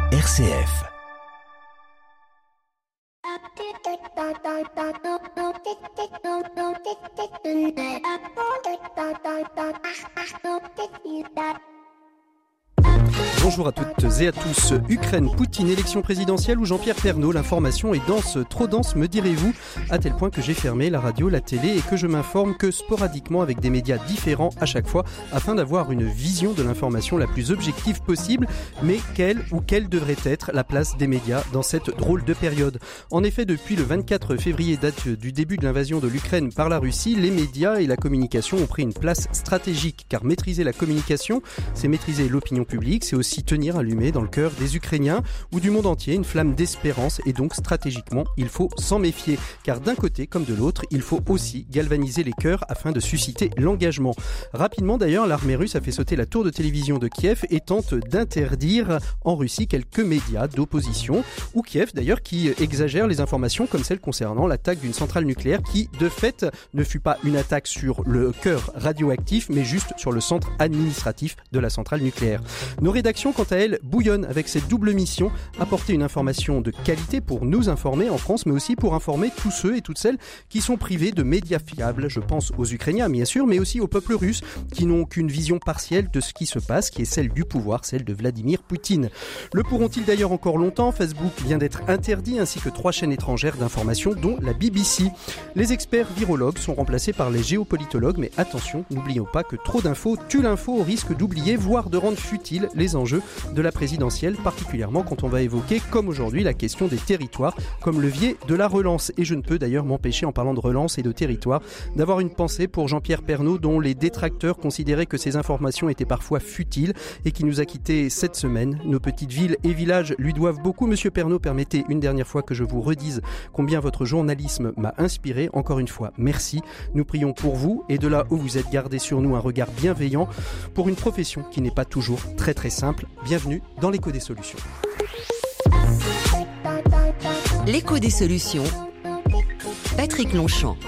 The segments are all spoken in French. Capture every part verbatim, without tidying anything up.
R C F. Bonjour à toutes et à tous. Ukraine, Poutine, élection présidentielle ou Jean-Pierre Pernaut, l'information est dense, trop dense me direz-vous, à tel point que j'ai fermé la radio, la télé et que je m'informe que sporadiquement avec des médias différents à chaque fois afin d'avoir une vision de l'information la plus objective possible. Mais quelle ou quelle devrait être la place des médias dans cette drôle de période ? En effet, depuis le vingt-quatre février, date du début de l'invasion de l'Ukraine par la Russie, les médias et la communication ont pris une place stratégique, car maîtriser la communication, c'est maîtriser l'opinion publique, c'est aussi tenir allumé dans le cœur des Ukrainiens ou du monde entier une flamme d'espérance, et donc stratégiquement il faut s'en méfier, car d'un côté comme de l'autre il faut aussi galvaniser les cœurs afin de susciter l'engagement. Rapidement d'ailleurs, l'armée russe a fait sauter la tour de télévision de Kiev et tente d'interdire en Russie quelques médias d'opposition, ou Kiev d'ailleurs qui exagère les informations comme celle concernant l'attaque d'une centrale nucléaire qui de fait ne fut pas une attaque sur le cœur radioactif mais juste sur le centre administratif de la centrale nucléaire. Nos rédactions, quant à elles, bouillonnent avec cette double mission, apporter une information de qualité pour nous informer en France, mais aussi pour informer tous ceux et toutes celles qui sont privés de médias fiables. Je pense aux Ukrainiens, bien sûr, mais aussi au peuple russe, qui n'ont qu'une vision partielle de ce qui se passe, qui est celle du pouvoir, celle de Vladimir Poutine. Le pourront-ils d'ailleurs encore longtemps ? Facebook vient d'être interdit, ainsi que trois chaînes étrangères d'information, dont la B B C. Les experts virologues sont remplacés par les géopolitologues, mais attention, n'oublions pas que trop d'infos tue l'info, au risque d'oublier, voire de rendre futiles les enjeux de la présidentielle, particulièrement quand on va évoquer, comme aujourd'hui, la question des territoires comme levier de la relance. Et je ne peux d'ailleurs m'empêcher, en parlant de relance et de territoire, d'avoir une pensée pour Jean-Pierre Pernaut, dont les détracteurs considéraient que ces informations étaient parfois futiles et qui nous a quittés cette semaine. Nos petites villes et villages lui doivent beaucoup. Monsieur Pernaut, permettez une dernière fois que je vous redise combien votre journalisme m'a inspiré. Encore une fois, merci. Nous prions pour vous et de là où vous êtes, gardez sur nous un regard bienveillant pour une profession qui n'est pas toujours très très simple. Bienvenue dans l'écho des solutions. L'écho des solutions. Patrick Longchamp.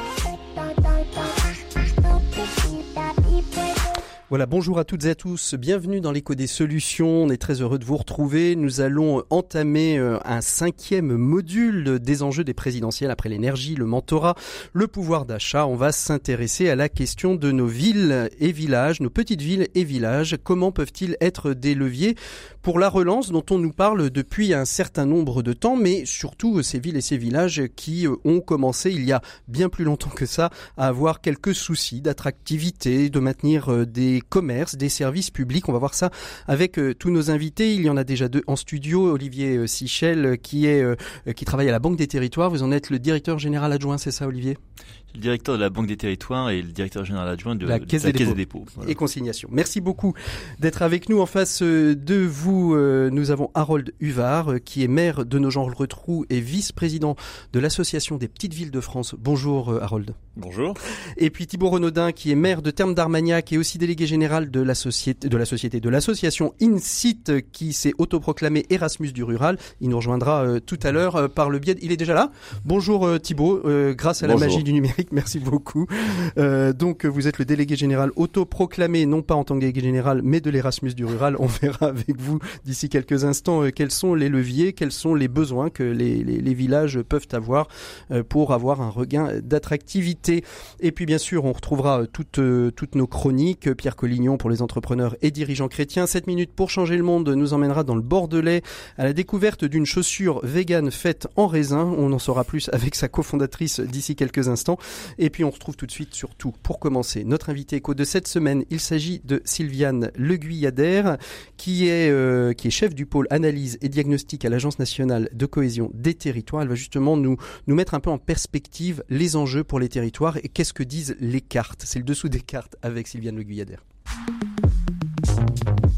Voilà, bonjour à toutes et à tous, bienvenue dans l'écho des solutions, on est très heureux de vous retrouver. Nous allons entamer un cinquième module des enjeux des présidentielles après l'énergie, le mentorat, le pouvoir d'achat. On va s'intéresser à la question de nos villes et villages, nos petites villes et villages. Comment peuvent-ils être des leviers pour la relance dont on nous parle depuis un certain nombre de temps, mais surtout ces villes et ces villages qui ont commencé il y a bien plus longtemps que ça à avoir quelques soucis d'attractivité, de maintenir des commerces, des services publics. On va voir ça avec euh, tous nos invités. Il y en a déjà deux en studio. Olivier euh, Sichel qui est euh, qui travaille à la Banque des Territoires. Vous en êtes le directeur général adjoint, c'est ça, Olivier ? Le directeur de la Banque des Territoires et le directeur général adjoint de la Caisse, de la des, caisse dépôts. des Dépôts. Voilà. Et Consignation. Merci beaucoup d'être avec nous. En face de vous, euh, nous avons Harold Huvard, euh, qui est maire de Nogent-le-Rotrou et vice-président de l'Association des petites villes de France. Bonjour euh, Harold. Bonjour. Et puis Thibaut Renaudin, qui est maire de Termes d'Armagnac et aussi délégué général de la société, de la société, de l'association InSite, qui s'est autoproclamé Erasmus du rural. Il nous rejoindra euh, tout à l'heure euh, par le biais. De... Il est déjà là. Bonjour euh, Thibaut. Euh, grâce à Bonjour. La magie du numérique. Merci beaucoup. Euh, donc, vous êtes le délégué général autoproclamé, non pas en tant que délégué général, mais de l'Erasmus du rural. On verra avec vous d'ici quelques instants euh, quels sont les leviers, quels sont les besoins que les, les, les villages peuvent avoir euh, pour avoir un regain d'attractivité. Et puis, bien sûr, on retrouvera euh, toutes, euh, toutes nos chroniques. Pierre Collignon pour les entrepreneurs et dirigeants chrétiens. sept minutes pour changer le monde nous emmènera dans le Bordelais à la découverte d'une chaussure végane faite en raisin. On en saura plus avec sa cofondatrice d'ici quelques instants. Et puis on retrouve tout de suite, surtout pour commencer, notre invité écho de cette semaine. Il s'agit de Sylviane Le Guyader, qui est, euh, qui est chef du pôle analyse et diagnostic à l'Agence nationale de cohésion des territoires. Elle va justement nous, nous mettre un peu en perspective les enjeux pour les territoires et qu'est-ce que disent les cartes. C'est le dessous des cartes avec Sylviane Le Guyader.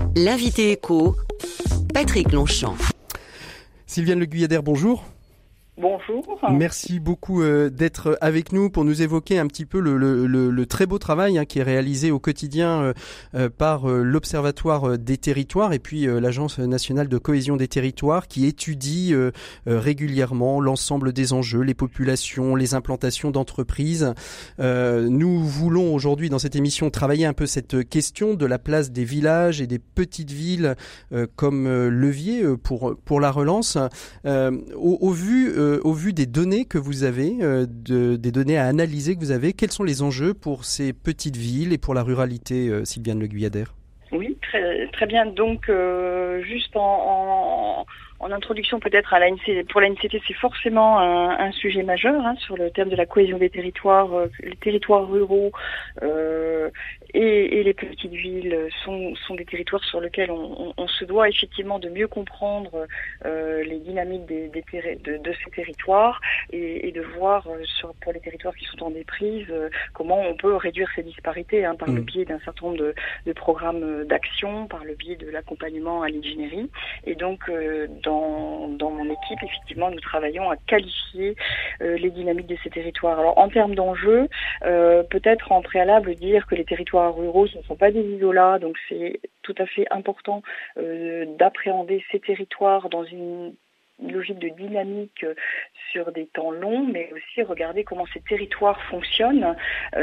L'invité écho, Patrick Longchamp. Sylviane Le Guyader, bonjour. Bonjour. Merci beaucoup euh, d'être avec nous pour nous évoquer un petit peu le, le, le, le très beau travail hein, qui est réalisé au quotidien euh, euh, par euh, l'Observatoire des territoires et puis euh, l'Agence nationale de cohésion des territoires qui étudie euh, euh, régulièrement l'ensemble des enjeux, les populations, les implantations d'entreprises. Euh, nous voulons aujourd'hui dans cette émission travailler un peu cette question de la place des villages et des petites villes euh, comme euh, levier pour, pour la relance. Euh, au, au vu Euh, au vu des données que vous avez, euh, de, des données à analyser que vous avez, quels sont les enjeux pour ces petites villes et pour la ruralité, euh, Sylviane Le Guyadère ? Oui, très, très bien. Donc, euh, juste en, en, en introduction peut-être à l'A N C, pour l'A N C T, c'est forcément un, un sujet majeur hein, sur le thème de la cohésion des territoires. Euh, les territoires ruraux euh, et, et les petites villes sont, sont des territoires sur lesquels on, on, on se doit effectivement de mieux comprendre euh, les dynamiques des, des terri- de, de ces territoires et, et de voir euh, sur, pour les territoires qui sont en déprise euh, comment on peut réduire ces disparités hein, par mmh. le biais d'un certain nombre de, de programmes d'action, par le biais de l'accompagnement à l'ingénierie. Et donc, euh, dans, dans mon équipe, effectivement, nous travaillons à qualifier euh, les dynamiques de ces territoires. Alors, en termes d'enjeux, euh, peut-être en préalable dire que les territoires ruraux ce ne sont pas des isolats, donc c'est tout à fait important euh, d'appréhender ces territoires dans une une logique de dynamique sur des temps longs, mais aussi regarder comment ces territoires fonctionnent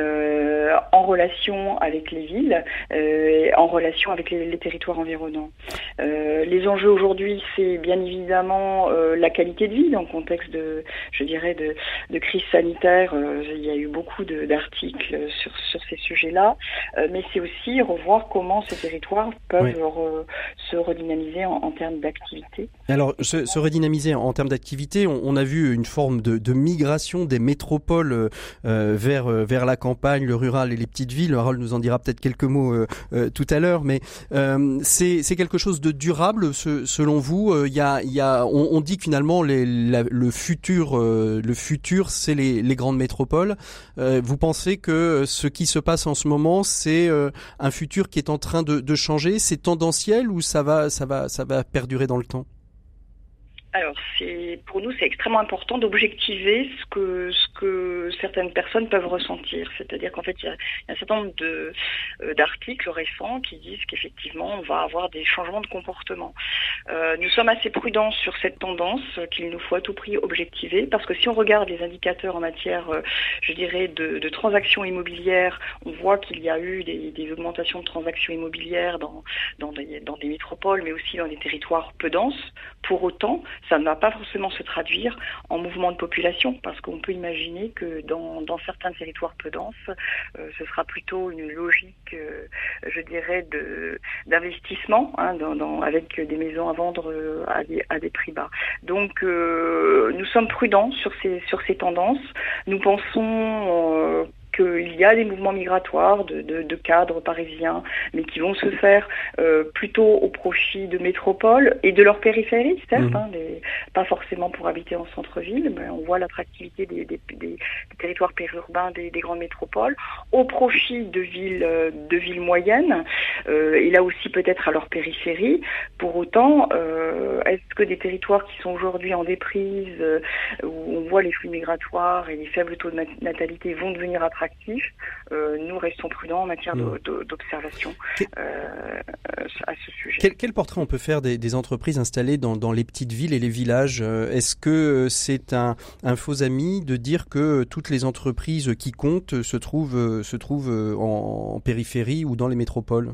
euh, en relation avec les villes, euh, en relation avec les, les territoires environnants. Euh, les enjeux aujourd'hui, c'est bien évidemment euh, la qualité de vie dans le contexte de, je dirais, de, de crise sanitaire. Euh, il y a eu beaucoup de, d'articles sur, sur ces sujets-là, euh, mais c'est aussi revoir comment ces territoires peuvent oui. re, se redynamiser en, en termes d'activité. Alors, se, se redynamiser en termes d'activité, on, on a vu une forme de, de migration des métropoles euh, vers vers la campagne, le rural et les petites villes. Harold nous en dira peut-être quelques mots euh, euh, tout à l'heure, mais euh, c'est c'est quelque chose de durable ce, selon vous. Il y a il y a on, on dit que finalement les, la, le futur euh, le futur c'est les les grandes métropoles. Euh, vous pensez que ce qui se passe en ce moment c'est euh, un futur qui est en train de, de changer, c'est tendanciel ou ça va ça va ça va perdurer dans le temps? Alors, c'est, pour nous, c'est extrêmement important d'objectiver ce que, ce que certaines personnes peuvent ressentir. C'est-à-dire qu'en fait, il y a, il y a un certain nombre de, euh, d'articles récents qui disent qu'effectivement, on va avoir des changements de comportement. Euh, nous sommes assez prudents sur cette tendance qu'il nous faut à tout prix objectiver, parce que si on regarde les indicateurs en matière, euh, je dirais, de, de transactions immobilières, on voit qu'il y a eu des, des augmentations de transactions immobilières dans, dans, des, dans des métropoles, mais aussi dans des territoires peu denses. Pour autant, ça ne va pas forcément se traduire en mouvement de population, parce qu'on peut imaginer que dans, dans certains territoires peu denses, euh, ce sera plutôt une logique, euh, je dirais, de, d'investissement, hein, dans, dans, avec des maisons à vendre euh, à, des, à des prix bas. Donc, euh, nous sommes prudents sur ces, sur ces tendances. Nous pensons euh, qu'il y a des mouvements migratoires de, de, de cadres parisiens, mais qui vont se faire euh, plutôt au profit de métropoles et de leur périphérie, certes, mmh. hein, les, pas forcément pour habiter en centre-ville, mais on voit l'attractivité des, des, des, des territoires périurbains des, des grandes métropoles, au profit de villes, de villes moyennes, euh, et là aussi peut-être à leur périphérie. Pour autant, euh, est-ce que des territoires qui sont aujourd'hui en déprise, euh, où on voit les flux migratoires et les faibles taux de natalité vont devenir attractifs? Euh, nous restons prudents en matière mmh. d'observation euh, à ce sujet. Quel, quel portrait on peut faire des, des entreprises installées dans, dans les petites villes et les villages? Est-ce que c'est un, un faux ami de dire que toutes les entreprises qui comptent se trouvent, se trouvent en, en périphérie ou dans les métropoles?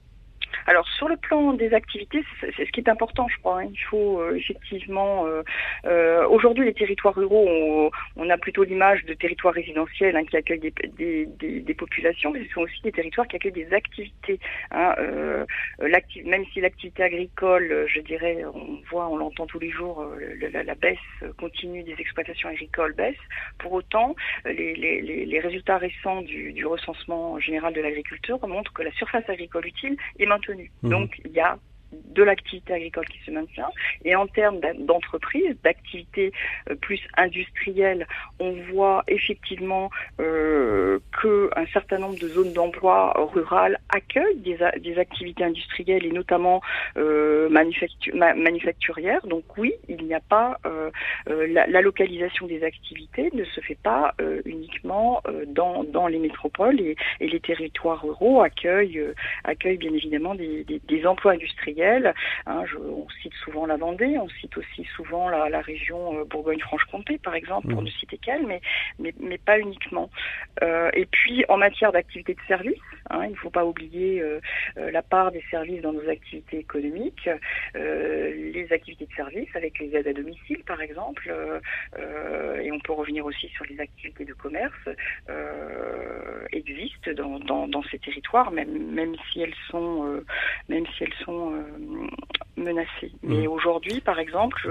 Alors, sur le plan des activités, c'est, c'est ce qui est important, je crois. Hein. Il faut euh, effectivement... Euh, euh, aujourd'hui, les territoires ruraux, on, on a plutôt l'image de territoires résidentiels hein, qui accueillent des, des, des, des populations, mais ce sont aussi des territoires qui accueillent des activités. Hein. Euh, même si l'activité agricole, je dirais, on voit, on l'entend tous les jours, le, la, la baisse continue des exploitations agricoles baisse. Pour autant, les, les, les résultats récents du, du recensement général de l'agriculture montrent que la surface agricole utile est maintenue. Mmh. Donc, il y a de l'activité agricole qui se maintient. Et en termes d'entreprise, d'activité plus industrielle, on voit effectivement euh, qu'un certain nombre de zones d'emploi rurales accueillent des, des activités industrielles et notamment euh, manufactu- ma- manufacturières. Donc oui, il n'y a pas euh, euh, la, la localisation des activités ne se fait pas euh, uniquement euh, dans, dans les métropoles et, et les territoires ruraux accueillent, euh, accueillent bien évidemment des, des, des emplois industriels. Hein, je, on cite souvent la Vendée, on cite aussi souvent la, la région euh, Bourgogne-Franche-Comté par exemple, pour mmh. ne citer qu'elle, mais, mais, mais pas uniquement. Euh, et puis en matière d'activité de service, hein, il ne faut pas oublier euh, euh, la part des services dans nos activités économiques, euh, les activités de service avec les aides à domicile par exemple, euh, euh, et on peut revenir aussi sur les activités de commerce, euh, existent dans, dans, dans ces territoires, même, même si elles sont, euh, même si elles sont euh, menacées. Mmh. Mais aujourd'hui, par exemple,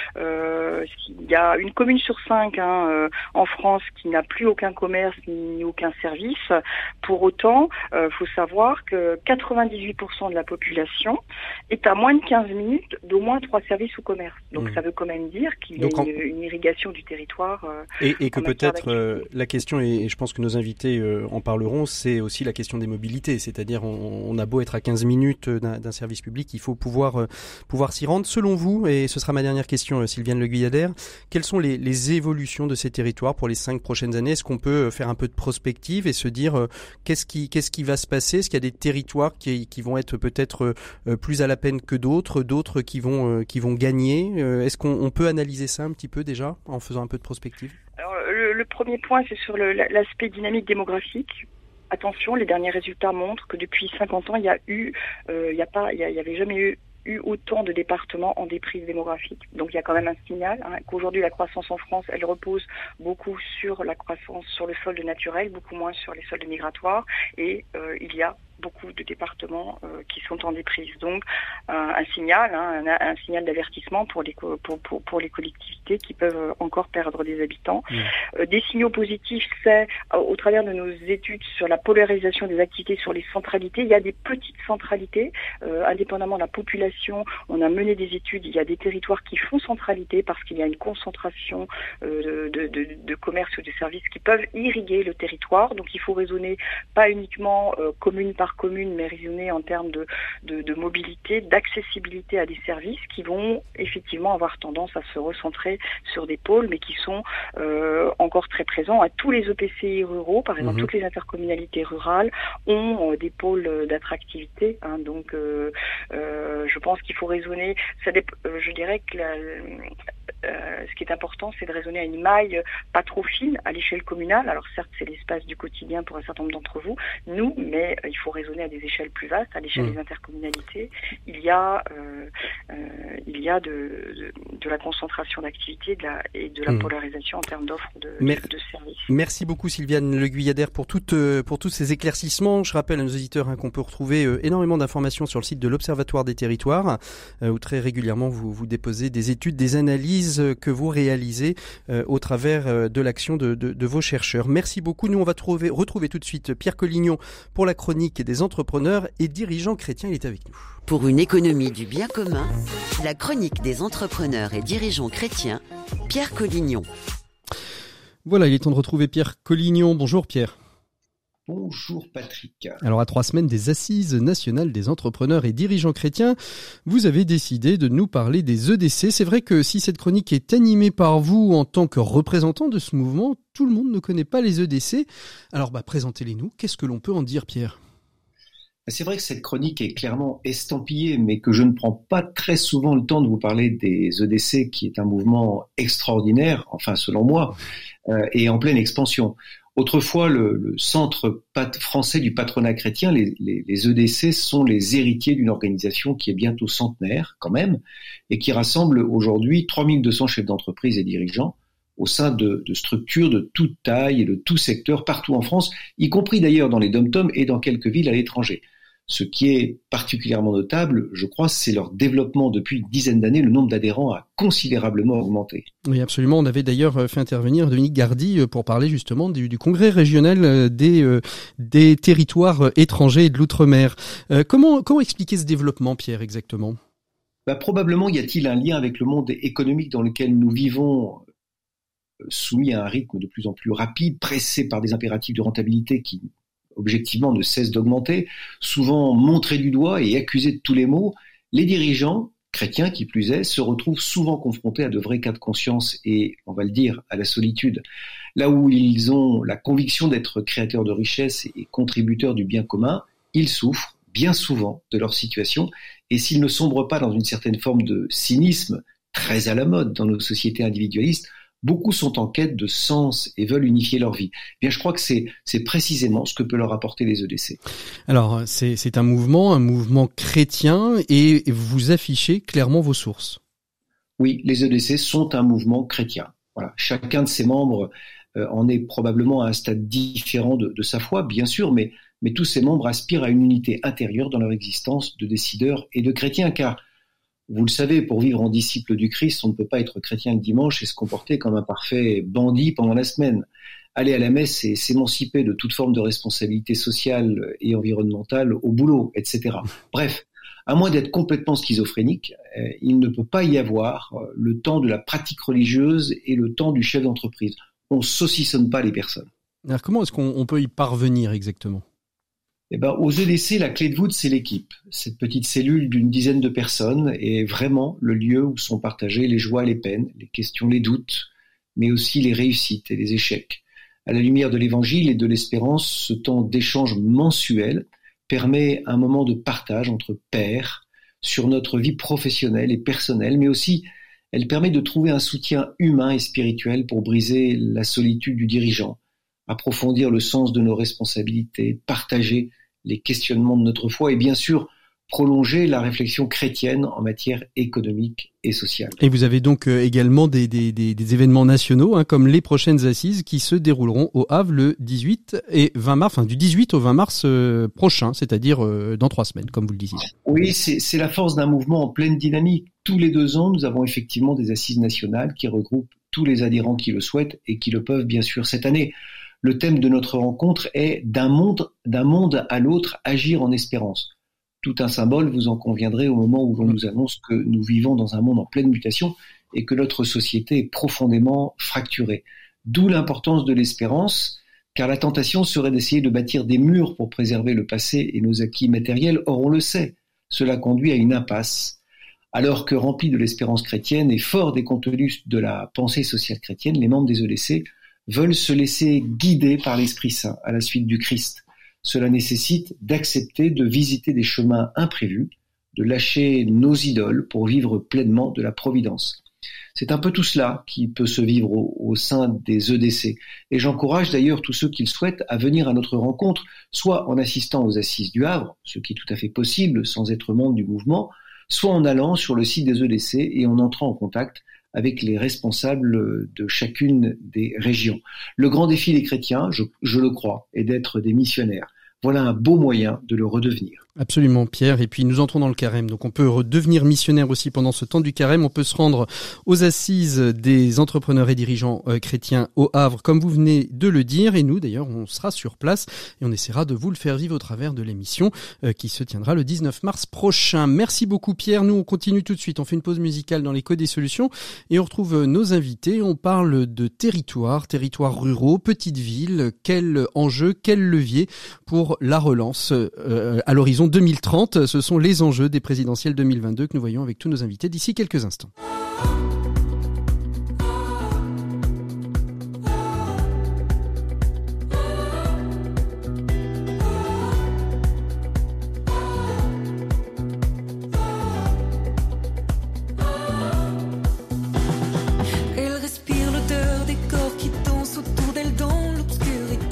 euh, il y a une commune sur cinq hein, euh, en France qui n'a plus aucun commerce ni aucun service. Pour autant, il euh, faut savoir que quatre-vingt-dix-huit pour cent de la population est à moins de quinze minutes d'au moins trois services ou commerces. Donc mmh. ça veut quand même dire qu'il y a en... une, une irrigation du territoire. Euh, et, et que peut-être euh, la question, et je pense que nos invités euh, en parleront, c'est aussi la question des mobilités. C'est-à-dire on, on a beau être à quinze minutes d'un, d'un service public, il faut pouvoir, euh, pouvoir s'y rendre. Selon vous, et ce sera ma dernière question, euh, Sylviane Le Guyader, quelles sont les, les évolutions de ces territoires pour les cinq prochaines années? Est-ce qu'on peut faire un peu de prospective et se dire euh, qu'est-ce qui, qu'est-ce qui va se passer? Est-ce qu'il y a des territoires qui, qui vont être peut-être euh, plus à la peine que d'autres, d'autres qui vont, euh, qui vont gagner? euh, Est-ce qu'on on peut analyser ça un petit peu déjà en faisant un peu de prospective? Alors, le, le premier point, c'est sur le, l'aspect dynamique démographique. Attention, les derniers résultats montrent que depuis cinquante ans, il y a eu, euh, il y a pas, il y, a, il y avait jamais eu eu autant de départements en déprise démographique. Donc il y a quand même un signal hein, qu'aujourd'hui la croissance en France, elle repose beaucoup sur la croissance sur le solde naturel, beaucoup moins sur les soldes migratoires, et euh, il y a beaucoup de départements euh, qui sont en déprise. Donc euh, un signal, hein, un, un signal d'avertissement pour les pour, pour, pour les collectivités qui peuvent encore perdre des habitants. Mmh. Euh, des signaux positifs, c'est euh, au travers de nos études sur la polarisation des activités sur les centralités, il y a des petites centralités, euh, indépendamment de la population. On a mené des études, il y a des territoires qui font centralité parce qu'il y a une concentration euh, de, de, de commerce ou de services qui peuvent irriguer le territoire. Donc il faut raisonner pas uniquement euh, commune par commune, mais raisonner en termes de, de, de mobilité, d'accessibilité à des services qui vont effectivement avoir tendance à se recentrer sur des pôles, mais qui sont euh, encore très présents à tous les E P C I ruraux. Par exemple, mmh. toutes les intercommunalités rurales ont euh, des pôles d'attractivité. Hein, donc, euh, euh, je pense qu'il faut raisonner. Ça dép- euh, je dirais que la, Euh, ce qui est important, c'est de raisonner à une maille pas trop fine à l'échelle communale. Alors certes, c'est l'espace du quotidien pour un certain nombre d'entre vous, nous, mais euh, il faut raisonner à des échelles plus vastes, à l'échelle mmh. des intercommunalités. Il y a, euh, euh, il y a de, de, de la concentration d'activités de la, et de la mmh. polarisation en termes d'offres de, Mer- de, de services. Merci beaucoup Sylviane Le Guyader pour, toute, pour tous ces éclaircissements. Je rappelle à nos auditeurs hein, qu'on peut retrouver euh, énormément d'informations sur le site de l'Observatoire des territoires, euh, où très régulièrement vous, vous déposez des études, des analyses que vous réalisez euh, au travers euh, de l'action de, de, de vos chercheurs. Merci beaucoup. Nous, on va trouver, retrouver tout de suite Pierre Collignon pour la chronique des entrepreneurs et dirigeants chrétiens. Il est avec nous. Pour une économie du bien commun, la chronique des entrepreneurs et dirigeants chrétiens, Pierre Collignon. Voilà, il est temps de retrouver Pierre Collignon. Bonjour Pierre. Bonjour Patrick. Alors à trois semaines des Assises nationales des entrepreneurs et dirigeants chrétiens, vous avez décidé de nous parler des E D C. C'est vrai que si cette chronique est animée par vous en tant que représentant de ce mouvement, tout le monde ne connaît pas les E D C. Alors bah, présentez-les nous. Qu'est-ce que l'on peut en dire, Pierre ? C'est vrai que cette chronique est clairement estampillée, mais que je ne prends pas très souvent le temps de vous parler des E D C, qui est un mouvement extraordinaire, enfin selon moi, euh, et en pleine expansion. Autrefois, le, le centre pat- français du patronat chrétien, les, les, les E D C, sont les héritiers d'une organisation qui est bientôt centenaire, quand même, et qui rassemble aujourd'hui trois mille deux cents chefs d'entreprise et dirigeants au sein de, de structures de toute taille et de tout secteur partout en France, y compris d'ailleurs dans les dom-toms et dans quelques villes à l'étranger. Ce qui est particulièrement notable, je crois, c'est leur développement depuis une dizaine d'années. Le nombre d'adhérents a considérablement augmenté. Oui, absolument. On avait d'ailleurs fait intervenir Dominique Gardy pour parler justement du, du congrès régional des, euh, des territoires étrangers et de l'outre-mer. Euh, comment, comment expliquer ce développement, Pierre, exactement ? Bah, probablement y a-t-il un lien avec le monde économique dans lequel nous vivons, soumis à un rythme de plus en plus rapide, pressé par des impératifs de rentabilité qui objectivement ne cesse d'augmenter, souvent montrés du doigt et accusés de tous les maux. Les dirigeants, chrétiens qui plus est, se retrouvent souvent confrontés à de vrais cas de conscience et, on va le dire, à la solitude. Là où ils ont la conviction d'être créateurs de richesses et contributeurs du bien commun, ils souffrent bien souvent de leur situation, et s'ils ne sombrent pas dans une certaine forme de cynisme, très à la mode dans nos sociétés individualistes, beaucoup sont en quête de sens et veulent unifier leur vie. Eh bien, je crois que c'est, c'est précisément ce que peut leur apporter les E D C. Alors, c'est, c'est un mouvement, un mouvement chrétien, et vous affichez clairement vos sources. Oui, les E D C sont un mouvement chrétien. Voilà. Chacun de ses membres euh, en est probablement à un stade différent de, de sa foi, bien sûr, mais, mais tous ses membres aspirent à une unité intérieure dans leur existence de décideurs et de chrétiens, car vous le savez, pour vivre en disciple du Christ, on ne peut pas être chrétien le dimanche et se comporter comme un parfait bandit pendant la semaine. Aller à la messe, c'est s'émanciper de toute forme de responsabilité sociale et environnementale au boulot, et cetera. Bref, à moins d'être complètement schizophrénique, euh, il ne peut pas y avoir euh, le temps de la pratique religieuse et le temps du chef d'entreprise. On ne saucissonne pas les personnes. Alors comment est-ce qu'on on peut y parvenir exactement ? Eh ben, aux E D C, la clé de voûte, c'est l'équipe. Cette petite cellule d'une dizaine de personnes est vraiment le lieu où sont partagées les joies et les peines, les questions, les doutes, mais aussi les réussites et les échecs. À la lumière de l'Évangile et de l'espérance, ce temps d'échange mensuel permet un moment de partage entre pairs sur notre vie professionnelle et personnelle, mais aussi elle permet de trouver un soutien humain et spirituel pour briser la solitude du dirigeant, approfondir le sens de nos responsabilités, partager les questionnements de notre foi et bien sûr prolonger la réflexion chrétienne en matière économique et sociale. Et vous avez donc euh, également des, des, des, des événements nationaux, hein, comme les prochaines assises qui se dérouleront au Havre le dix-huit et vingt mars, enfin du dix-huit au vingt mars euh, prochain, c'est-à-dire euh, dans trois semaines, comme vous le disiez. Oui, c'est, c'est la force d'un mouvement en pleine dynamique. Tous les deux ans, nous avons effectivement des assises nationales qui regroupent tous les adhérents qui le souhaitent et qui le peuvent bien sûr cette année. Le thème de notre rencontre est « D'un monde, d'un monde à l'autre, agir en espérance ». Tout un symbole, vous en conviendrez, au moment où l'on nous annonce que nous vivons dans un monde en pleine mutation et que notre société est profondément fracturée. D'où l'importance de l'espérance, car la tentation serait d'essayer de bâtir des murs pour préserver le passé et nos acquis matériels. Or, on le sait, cela conduit à une impasse. Alors que, remplis de l'espérance chrétienne et forts des contenus de la pensée sociale chrétienne, les membres des E D C veulent se laisser guider par l'Esprit Saint à la suite du Christ. Cela nécessite d'accepter de visiter des chemins imprévus, de lâcher nos idoles pour vivre pleinement de la providence. C'est un peu tout cela qui peut se vivre au, au sein des E D C. Et j'encourage d'ailleurs tous ceux qui le souhaitent à venir à notre rencontre, soit en assistant aux assises du Havre, ce qui est tout à fait possible sans être membre du mouvement, soit en allant sur le site des E D C et en entrant en contact avec les responsables de chacune des régions. Le grand défi des chrétiens, je, je le crois, est d'être des missionnaires. Voilà un beau moyen de le redevenir. Absolument, Pierre. Et puis nous entrons dans le carême, donc on peut redevenir missionnaire aussi pendant ce temps du carême. On peut se rendre aux assises des entrepreneurs et dirigeants euh, chrétiens au Havre, comme vous venez de le dire. Et nous, d'ailleurs, on sera sur place et on essaiera de vous le faire vivre au travers de l'émission euh, qui se tiendra le dix-neuf mars prochain. Merci beaucoup, Pierre. Nous, on continue tout de suite. On fait une pause musicale dans l'écho des solutions et on retrouve nos invités. On parle de territoires, territoires ruraux, petites villes. Quel enjeu, quel levier pour la relance euh, à l'horizon deux mille trente, ce sont les enjeux des présidentielles deux mille vingt-deux que nous voyons avec tous nos invités d'ici quelques instants. Elle respire l'odeur des corps qui dansent autour d'elle dans l'obscurité.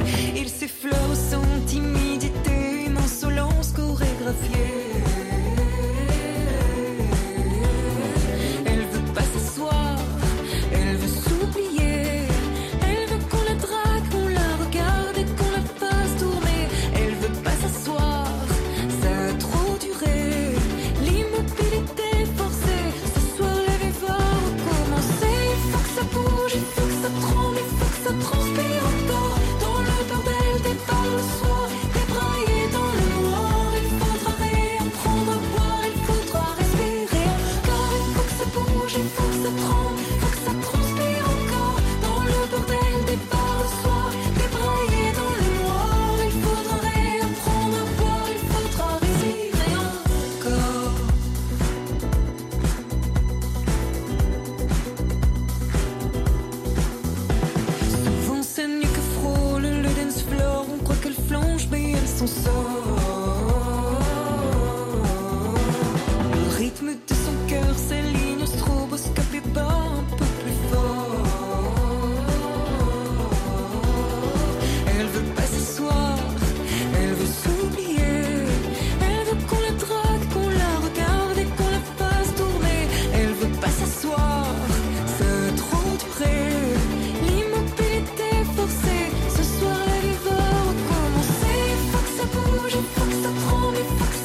Sans timidité, une insolence chorégraphiée.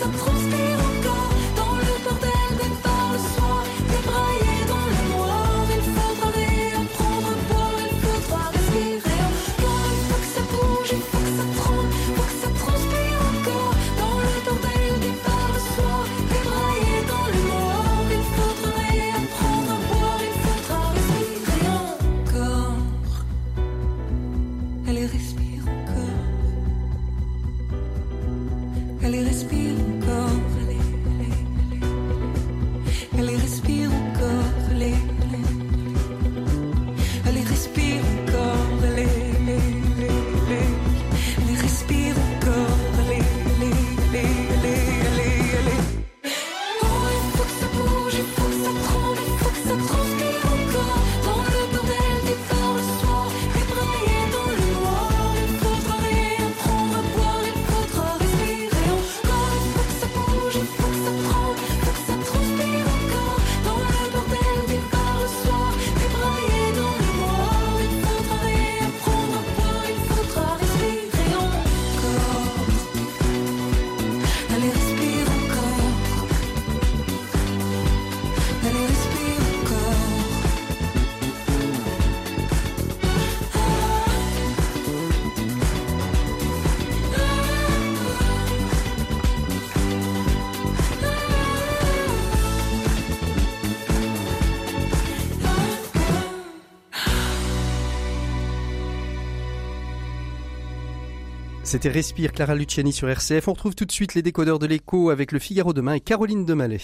ça transpire encore dans le bordel des par le soir, débraillé dans le noir. Il faudra réapprendre à boire, il faudra respirer encore. Il faut que ça bouge, il faut que ça tremble, il faut que ça transpire encore dans le bordel des par le soir, débraillé dans le noir. Il faudra réapprendre à boire, il faudra respirer encore. Elle respire encore. Elle respire encore. Elle, elle, elle, elle respire encore. Elle, elle, elle respire encore. Elle, elle, elle, elle respire encore. Elle, elle, elle, elle, elle, elle. Oh, il faut que ça bouge, il faut que ça tremble, il faut que ça transpire encore dans le bordel des par le soir, débraillé dans le noir. Il faudra réapprendre à boire, il faudra respirer encore. Il faut que ça bouge, il faut que ça tremble, il faut que ça transpire encore dans le bordel des par le soir, débraillé dans le noir. Il faudra réapprendre à boire, il faudra respirer encore. Allez, respire encore. Allez, respire encore. C'était Respire, Clara Luciani sur R C F. On retrouve tout de suite les décodeurs de l'écho avec le Figaro demain et Caroline Demallet.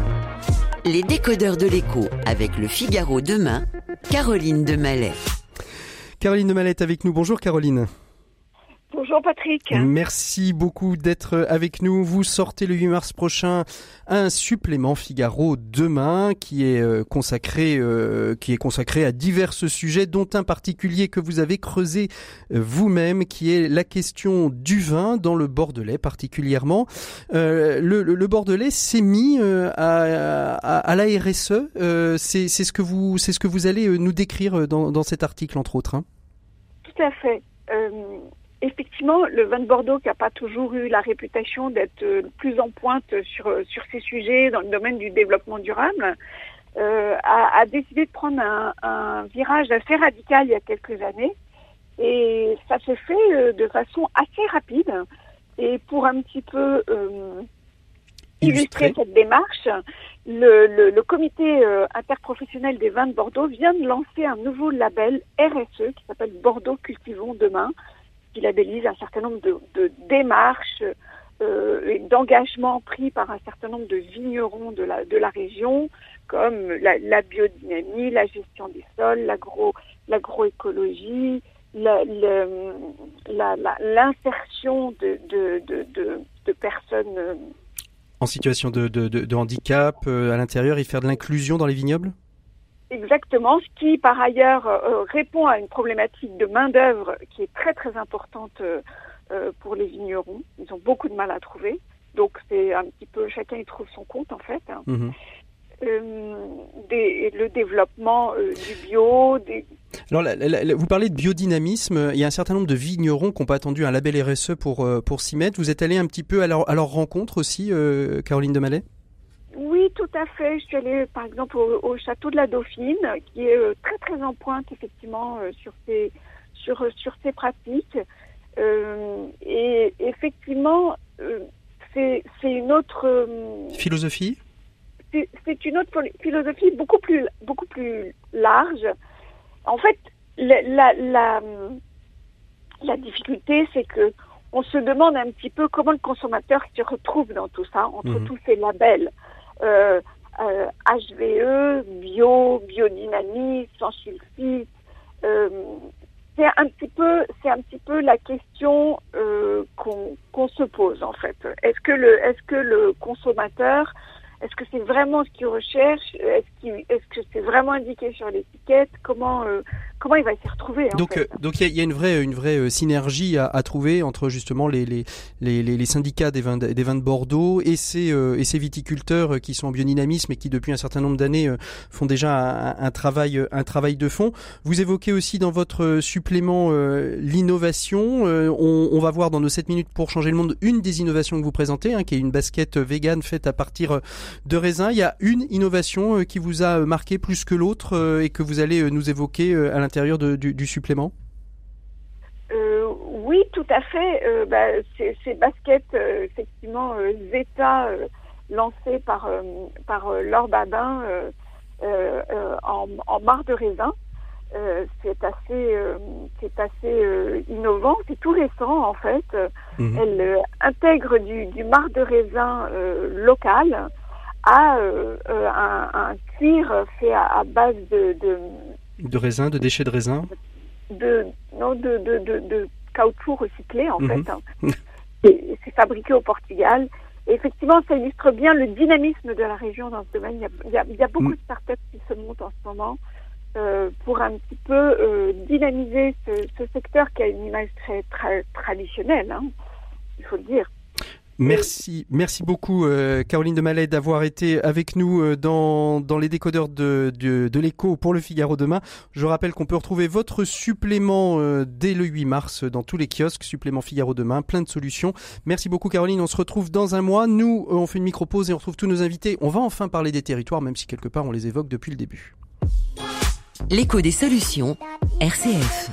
Les décodeurs de l'écho avec le Figaro demain, Caroline Demallet. Caroline Demallet est avec nous. Bonjour Caroline. Bonjour Patrick. Merci beaucoup d'être avec nous. Vous sortez le huit mars prochain un supplément Figaro demain qui est euh, consacré euh, qui est consacré à divers sujets, dont un particulier que vous avez creusé euh, vous-même, qui est la question du vin dans le Bordelais particulièrement. Euh, le, le, le Bordelais s'est mis euh, à, à, à la R S E. Euh, c'est, c'est ce que vous c'est ce que vous allez nous décrire dans, dans cet article entre autres. Hein. Tout à fait. Euh... Effectivement, le vin de Bordeaux, qui n'a pas toujours eu la réputation d'être le plus en pointe sur sur ces sujets dans le domaine du développement durable, euh, a, a décidé de prendre un, un virage assez radical il y a quelques années. Et ça s'est fait euh, de façon assez rapide. Et pour un petit peu euh, illustrer cette démarche, le, le, le comité euh, interprofessionnel des vins de Bordeaux vient de lancer un nouveau label R S E qui s'appelle Bordeaux Cultivons Demain, qui labellise un certain nombre de, de démarches euh, et d'engagements pris par un certain nombre de vignerons de la, de la région, comme la, la biodynamie, la gestion des sols, l'agro, l'agroécologie, la, le, la, la, l'insertion de, de, de, de, de personnes euh, en situation de, de, de, de handicap euh, à l'intérieur et faire de l'inclusion dans les vignobles. Exactement, ce qui par ailleurs euh, répond à une problématique de main-d'œuvre qui est très très importante euh, euh, pour les vignerons. Ils ont beaucoup de mal à trouver, donc c'est un petit peu chacun y trouve son compte en fait. Hein. Mmh. Euh, des, le développement euh, du bio. Des... Alors, la, la, la, vous parlez de biodynamisme. Il y a un certain nombre de vignerons qui n'ont pas attendu un label R S E pour pour s'y mettre. Vous êtes allé un petit peu à leur, à leur rencontre aussi, euh, Caroline Demallet? Oui, tout à fait. Je suis allée, par exemple, au, au château de la Dauphine, qui est euh, très très en pointe effectivement euh, sur ces sur sur ces pratiques. Euh, et effectivement, euh, c'est c'est une autre euh, philosophie. C'est, c'est une autre philosophie beaucoup plus beaucoup plus large. En fait, la la la, la difficulté, c'est que on se demande un petit peu comment le consommateur se retrouve dans tout ça, entre mmh. tous ces labels. Euh, euh, H V E, bio, biodynamie, sans sulfite. Euh, c'est un petit peu, c'est un petit peu la question euh, qu'on, qu'on se pose en fait. Est-ce que le, est-ce que le consommateur, est-ce que c'est vraiment ce qu'il recherche ? Est-ce, qu'il, est-ce que c'est vraiment indiqué sur l'étiquette ? Comment, euh, comment il va s'y retrouver. En donc, fait. euh, donc il y, y a une vraie, une vraie euh, synergie à, à trouver entre justement les, les, les, les, les syndicats des vins, de, des vins de Bordeaux et ces, euh, et ces viticulteurs qui sont en biodynamisme et qui depuis un certain nombre d'années euh, font déjà un, un travail, un travail de fond. Vous évoquez aussi dans votre supplément euh, l'innovation. Euh, on, on va voir dans nos sept minutes pour changer le monde une des innovations que vous présentez, hein, qui est une basket végane faite à partir de raisins. Il y a une innovation euh, qui vous a marqué plus que l'autre euh, et que vous allez euh, nous évoquer euh, à l'intérieur de, du, du supplément. Euh, oui, tout à fait. Euh, bah, ces, ces baskets, euh, effectivement, euh, Zeta, euh, lancées par, euh, par euh, Laure Babin euh, euh, euh, en, en marc de raisin, euh, c'est assez, euh, c'est assez euh, innovant. C'est tout récent, en fait. Mmh. Elle euh, intègre du, du marc de raisin euh, local à euh, euh, un, un cuir fait à, à base de, de de raisin, de déchets de raisin, de non de de de, de caoutchouc recyclé en mmh. fait. Hein. Et c'est fabriqué au Portugal. Et effectivement, ça illustre bien le dynamisme de la région dans ce domaine. Il y a, il y a, il y a beaucoup mmh. de startups qui se montent en ce moment euh, pour un petit peu euh, dynamiser ce, ce secteur qui a une image très très traditionnelle. Hein, il faut le dire. Merci, merci beaucoup euh, Caroline de Mallet d'avoir été avec nous euh, dans dans les décodeurs de, de de l'écho pour le Figaro demain. Je rappelle qu'on peut retrouver votre supplément euh, dès le huit mars dans tous les kiosques, supplément Figaro demain, plein de solutions. Merci beaucoup Caroline, on se retrouve dans un mois. Nous, euh, on fait une micro-pause et on retrouve tous nos invités. On va enfin parler des territoires, même si quelque part on les évoque depuis le début. L'écho des solutions, R C F.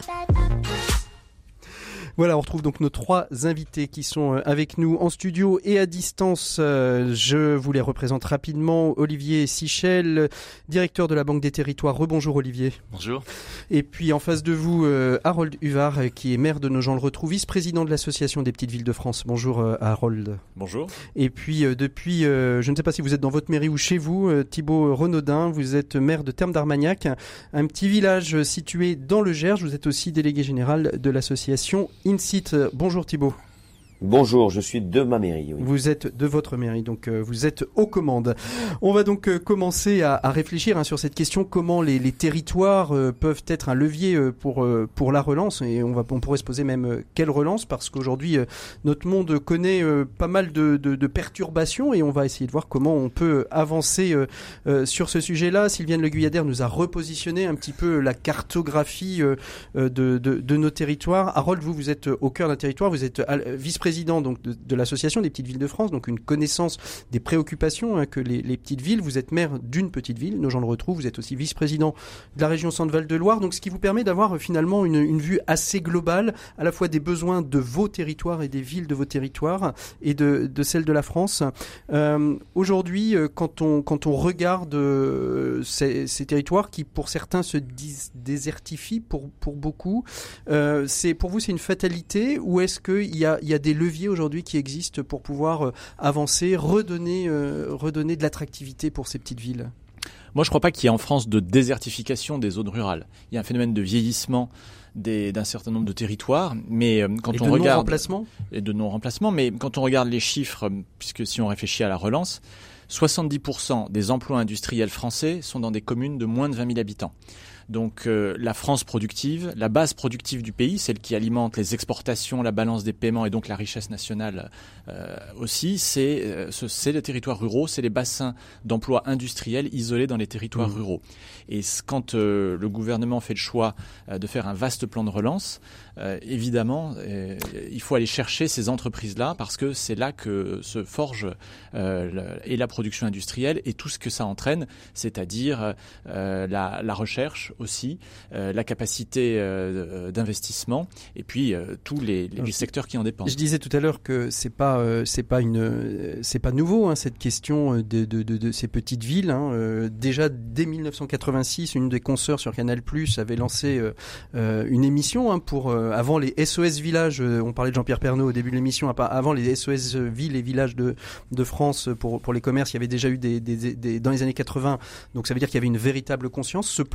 Voilà, on retrouve donc nos trois invités qui sont avec nous en studio et à distance. Je vous les représente rapidement. Olivier Sichel, directeur de la Banque des Territoires. Rebonjour Olivier. Bonjour. Et puis en face de vous, Harold Huvar, qui est maire de Nogent-le-Rotrou, vice-président de l'Association des Petites Villes de France. Bonjour Harold. Bonjour. Et puis depuis, je ne sais pas si vous êtes dans votre mairie ou chez vous, Thibaut Renaudin, vous êtes maire de Termes d'Armagnac, un petit village situé dans le Gers. Vous êtes aussi délégué général de l'association INSIT. Bonjour Thibaut. Bonjour, je suis de ma mairie. Oui. Vous êtes de votre mairie, donc euh, vous êtes aux commandes. On va donc euh, commencer à, à réfléchir hein, sur cette question, comment les, les territoires euh, peuvent être un levier euh, pour euh, pour la relance, et on va on pourrait se poser même euh, quelle relance, parce qu'aujourd'hui euh, notre monde connaît euh, pas mal de, de, de perturbations, et on va essayer de voir comment on peut avancer euh, euh, sur ce sujet-là. Sylviane Le Guyadère nous a repositionné un petit peu la cartographie euh, de, de, de nos territoires. Harold, vous vous êtes au cœur d'un territoire, vous êtes euh, vice-président président donc de, de l'association des petites villes de France, donc une connaissance des préoccupations hein, que les, les petites villes. Vous êtes maire d'une petite ville, Nogent-le-Rotrou. Vous êtes aussi vice-président de la région Centre-Val de Loire, donc ce qui vous permet d'avoir euh, finalement une, une vue assez globale à la fois des besoins de vos territoires et des villes de vos territoires et de, de celles de la France. Euh, aujourd'hui, euh, quand on quand on regarde euh, ces, ces territoires qui pour certains se dis, désertifient pour pour beaucoup, euh, c'est pour vous c'est une fatalité, ou est-ce qu'il y a il y a des leviers aujourd'hui qui existent pour pouvoir euh, avancer, redonner, euh, redonner de l'attractivité pour ces petites villes? Moi, je ne crois pas qu'il y ait en France de désertification des zones rurales. Il y a un phénomène de vieillissement des, d'un certain nombre de territoires, mais euh, quand et on de regarde non-remplacement et de non-remplacement, mais quand on regarde les chiffres, puisque si on réfléchit à la relance, soixante-dix pour cent des emplois industriels français sont dans des communes de moins de vingt mille habitants. Donc euh, la France productive, la base productive du pays, celle qui alimente les exportations, la balance des paiements et donc la richesse nationale euh, aussi, c'est, euh, c'est les territoires ruraux, c'est les bassins d'emploi industriels isolés dans les territoires mmh. ruraux. Et quand euh, le gouvernement fait le choix euh, de faire un vaste plan de relance, euh, évidemment, euh, il faut aller chercher ces entreprises-là parce que c'est là que se forge euh, le, et la production industrielle et tout ce que ça entraîne, c'est-à-dire euh, la, la recherche, aussi euh, la capacité euh, d'investissement et puis euh, tous les, les, les secteurs qui en dépendent. Je disais tout à l'heure que c'est pas euh, c'est pas une euh, c'est pas nouveau hein, cette question de, de, de, de ces petites villes. Hein. Euh, déjà dès mille neuf cent quatre-vingt-six, une des consoeurs sur Canal+ avait lancé euh, euh, une émission hein, pour euh, avant les S O S villages. Euh, on parlait de Jean-Pierre Pernaut au début de l'émission. Avant les S O S villes et villages de de France pour pour les commerces, il y avait déjà eu des, des, des dans les années quatre-vingts. Donc ça veut dire qu'il y avait une véritable conscience. Ce plan de relance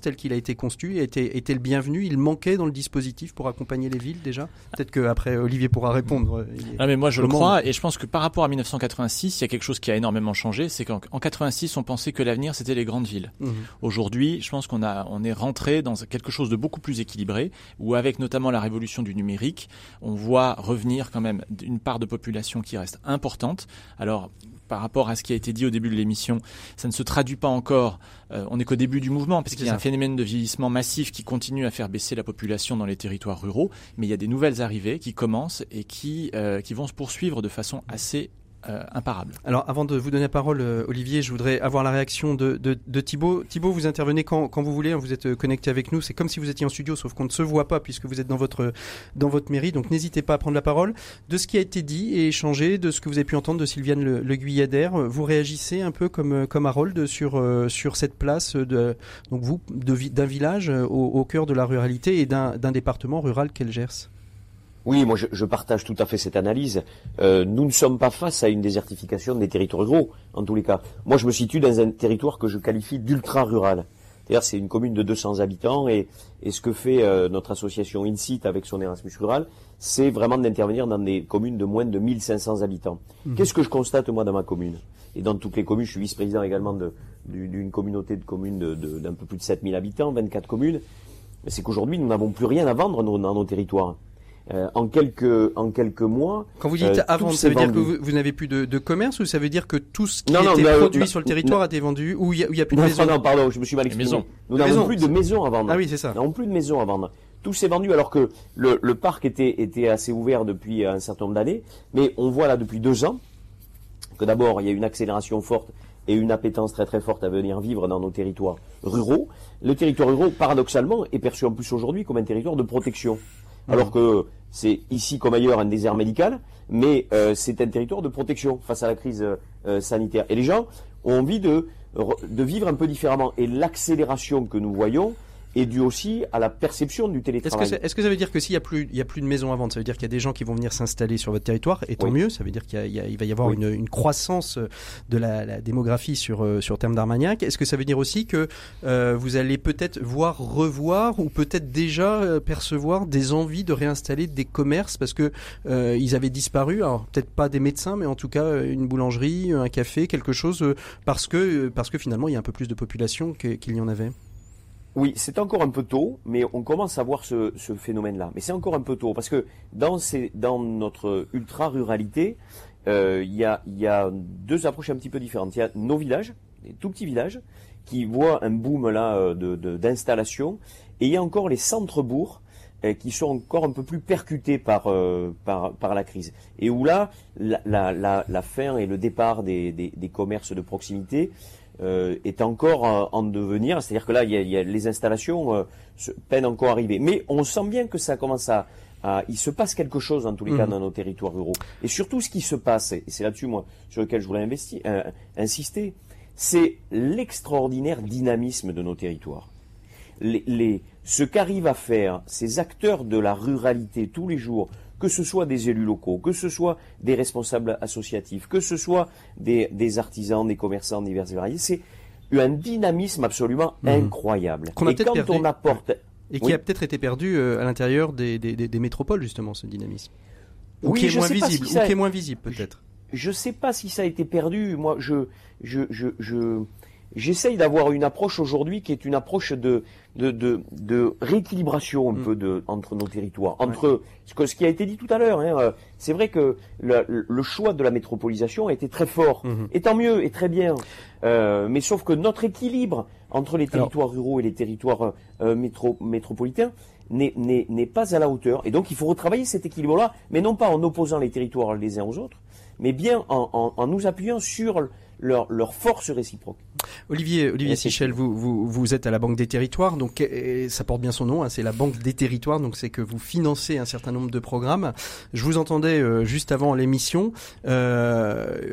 tel qu'il a été conçu était, était le bienvenu. Il manquait dans le dispositif pour accompagner les villes déjà. Peut-être qu'après Olivier pourra répondre. Ah mais moi je le crois et je pense que par rapport à mille neuf cent quatre-vingt-six, il y a quelque chose qui a énormément changé, c'est qu'en en quatre-vingt-six on pensait que l'avenir c'était les grandes villes. Mmh. Aujourd'hui, je pense qu'on a on est rentré dans quelque chose de beaucoup plus équilibré, où avec notamment la révolution du numérique, on voit revenir quand même une part de population qui reste importante. Alors par rapport à ce qui a été dit au début de l'émission, ça ne se traduit pas encore, euh, on n'est qu'au début du mouvement, parce qu'il y a un phénomène de vieillissement massif qui continue à faire baisser la population dans les territoires ruraux, mais il y a des nouvelles arrivées qui commencent et qui, euh, qui vont se poursuivre de façon assez Euh, imparable. Alors, avant de vous donner la parole, euh, Olivier, je voudrais avoir la réaction de, de, de Thibaut. Thibaut, vous intervenez quand, quand vous voulez, hein, vous êtes connecté avec nous. C'est comme si vous étiez en studio, sauf qu'on ne se voit pas puisque vous êtes dans votre, dans votre mairie. Donc, n'hésitez pas à prendre la parole. De ce qui a été dit et échangé, de ce que vous avez pu entendre de Sylviane Le, Le Guyadère, vous réagissez un peu comme, comme Harold sur, euh, sur cette place de, donc vous, de, d'un village au, au cœur de la ruralité et d'un, d'un département rural qu'est le Gers. Oui, moi je, je partage tout à fait cette analyse. Euh, nous ne sommes pas face à une désertification des territoires ruraux, en tous les cas. Moi je me situe dans un territoire que je qualifie d'ultra-rural. C'est-à-dire c'est une commune de deux cents habitants et, et ce que fait euh, notre association InSite avec son Erasmus Rural, c'est vraiment d'intervenir dans des communes de moins de mille cinq cents habitants. Mmh. Qu'est-ce que je constate moi dans ma commune? Et dans toutes les communes, je suis vice-président également de, d'une communauté de communes de, de, d'un peu plus de sept mille habitants, vingt-quatre communes. Mais c'est qu'aujourd'hui nous n'avons plus rien à vendre dans, dans nos territoires. Euh, en quelques en quelques mois. Quand vous dites euh, à vendre, ça veut vendu. dire que vous, vous n'avez plus de, de commerce ou ça veut dire que tout ce qui non, était non, produit non, sur le territoire non, a été vendu ou il y a, il y a plus non, de maisons? Non, pardon, je me suis mal exprimé. Maisons. Nous n'avons maisons. plus de maisons à vendre. Ah oui, c'est ça. Nous n'avons plus de maisons à vendre. Tout s'est vendu alors que le, le parc était était assez ouvert depuis un certain nombre d'années, mais on voit là depuis deux ans que d'abord il y a une accélération forte et une appétence très très forte à venir vivre dans nos territoires ruraux. Le territoire rural, paradoxalement, est perçu en plus aujourd'hui comme un territoire de protection. Alors que c'est ici comme ailleurs un désert médical, mais euh, c'est un territoire de protection face à la crise euh, sanitaire. Et les gens ont envie de, de vivre un peu différemment. Et l'accélération que nous voyons est due aussi à la perception du télétravail. Est-ce que, est-ce que ça veut dire que s'il y a plus, il y a plus de maisons à vendre, ça veut dire qu'il y a des gens qui vont venir s'installer sur votre territoire, et tant oui. mieux, ça veut dire qu'il y a, il y a, il va y avoir oui. une, une croissance de la, la démographie sur, sur terme d'Armagnac. Est-ce que ça veut dire aussi que euh, vous allez peut-être voir, revoir, ou peut-être déjà euh, percevoir des envies de réinstaller des commerces parce que euh, ils avaient disparu, alors peut-être pas des médecins, mais en tout cas une boulangerie, un café, quelque chose, euh, parce que, parce que finalement il y a un peu plus de population que, qu'il y en avait? Oui, c'est encore un peu tôt, mais on commence à voir ce, ce phénomène-là. Mais c'est encore un peu tôt, parce que dans, ces, dans notre ultra-ruralité, euh, il y a, y a deux approches un petit peu différentes. Il y a nos villages, des tout petits villages, qui voient un boom là de, de, d'installation, et il y a encore les centres-bourgs, euh, qui sont encore un peu plus percutés par, euh, par, par la crise. Et où là, la, la, la, la fin et le départ des, des, des commerces de proximité Euh, est encore euh, en devenir, c'est-à-dire que là, il y a, il y a les installations euh, peinent encore à arriver. Mais on sent bien que ça commence à, à il se passe quelque chose en tous les mmh. cas dans nos territoires ruraux. Et surtout, ce qui se passe, et c'est là-dessus moi sur lequel je voulais investir, euh, insister, c'est l'extraordinaire dynamisme de nos territoires. Les, les, ce qu'arrivent à faire ces acteurs de la ruralité tous les jours, que ce soit des élus locaux, que ce soit des responsables associatifs, que ce soit des, des artisans, des commerçants divers et variés, c'est un dynamisme absolument mmh. incroyable. Qu'on a et quand perdu, on apporte... Et qui oui. a peut-être été perdu euh, à l'intérieur des, des, des, des métropoles, justement, ce dynamisme. Ou oui, qui est je moins sais visible, si ça... ou qui est moins visible, peut-être. Je ne sais pas si ça a été perdu. Moi, je... je, je, je... J'essaye d'avoir une approche aujourd'hui qui est une approche de, de, de, de rééquilibration un mmh. peu de, entre nos territoires. Entre ouais. ce, que, ce qui a été dit tout à l'heure, hein, c'est vrai que le, le choix de la métropolisation a été très fort. Mmh. Et tant mieux, et très bien. Euh, mais sauf que notre équilibre entre les territoires Alors, ruraux et les territoires euh, métro, métropolitains n'est, n'est, n'est pas à la hauteur. Et donc il faut retravailler cet équilibre-là, mais non pas en opposant les territoires les uns aux autres, mais bien en, en, en nous appuyant sur leur, leur force réciproque. Olivier, Olivier Sichel, vous, vous, vous êtes à la Banque des Territoires, donc et ça porte bien son nom, hein, c'est la Banque des Territoires, donc c'est que vous financez un certain nombre de programmes. Je vous entendais euh, juste avant l'émission, euh,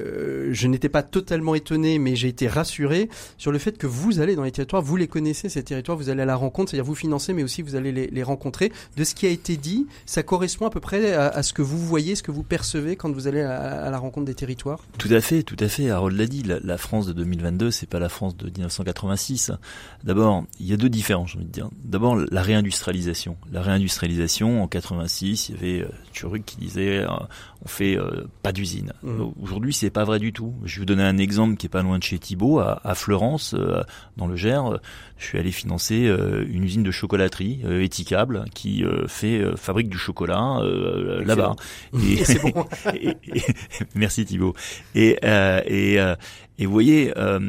je n'étais pas totalement étonné, mais j'ai été rassuré sur le fait que vous allez dans les territoires, vous les connaissez ces territoires, vous allez à la rencontre, c'est-à-dire vous financez, mais aussi vous allez les, les rencontrer. De ce qui a été dit, ça correspond à peu près à, à ce que vous voyez, ce que vous percevez quand vous allez à, à la rencontre des territoires. Tout à fait, tout à fait. Harold l'a dit, la, la France de deux mille vingt-deux, c'est pas la France de dix-neuf cent quatre-vingt-six. D'abord, il y a deux différences, j'ai envie de dire. D'abord, la réindustrialisation. La réindustrialisation, en quatre-vingt-six, il y avait euh, Turruc qui disait euh, on fait euh, pas d'usine. Mmh. Aujourd'hui, c'est pas vrai du tout. Je vais vous donner un exemple qui est pas loin de chez Thibault, à, à Fleurance, euh, dans le Gers. Je suis allé financer euh, une usine de chocolaterie, euh, Etikable, qui euh, fait euh, fabrique du chocolat euh, là-bas. Et c'est bon. et, et, merci Thibault. Et euh, et euh, Et vous voyez, euh,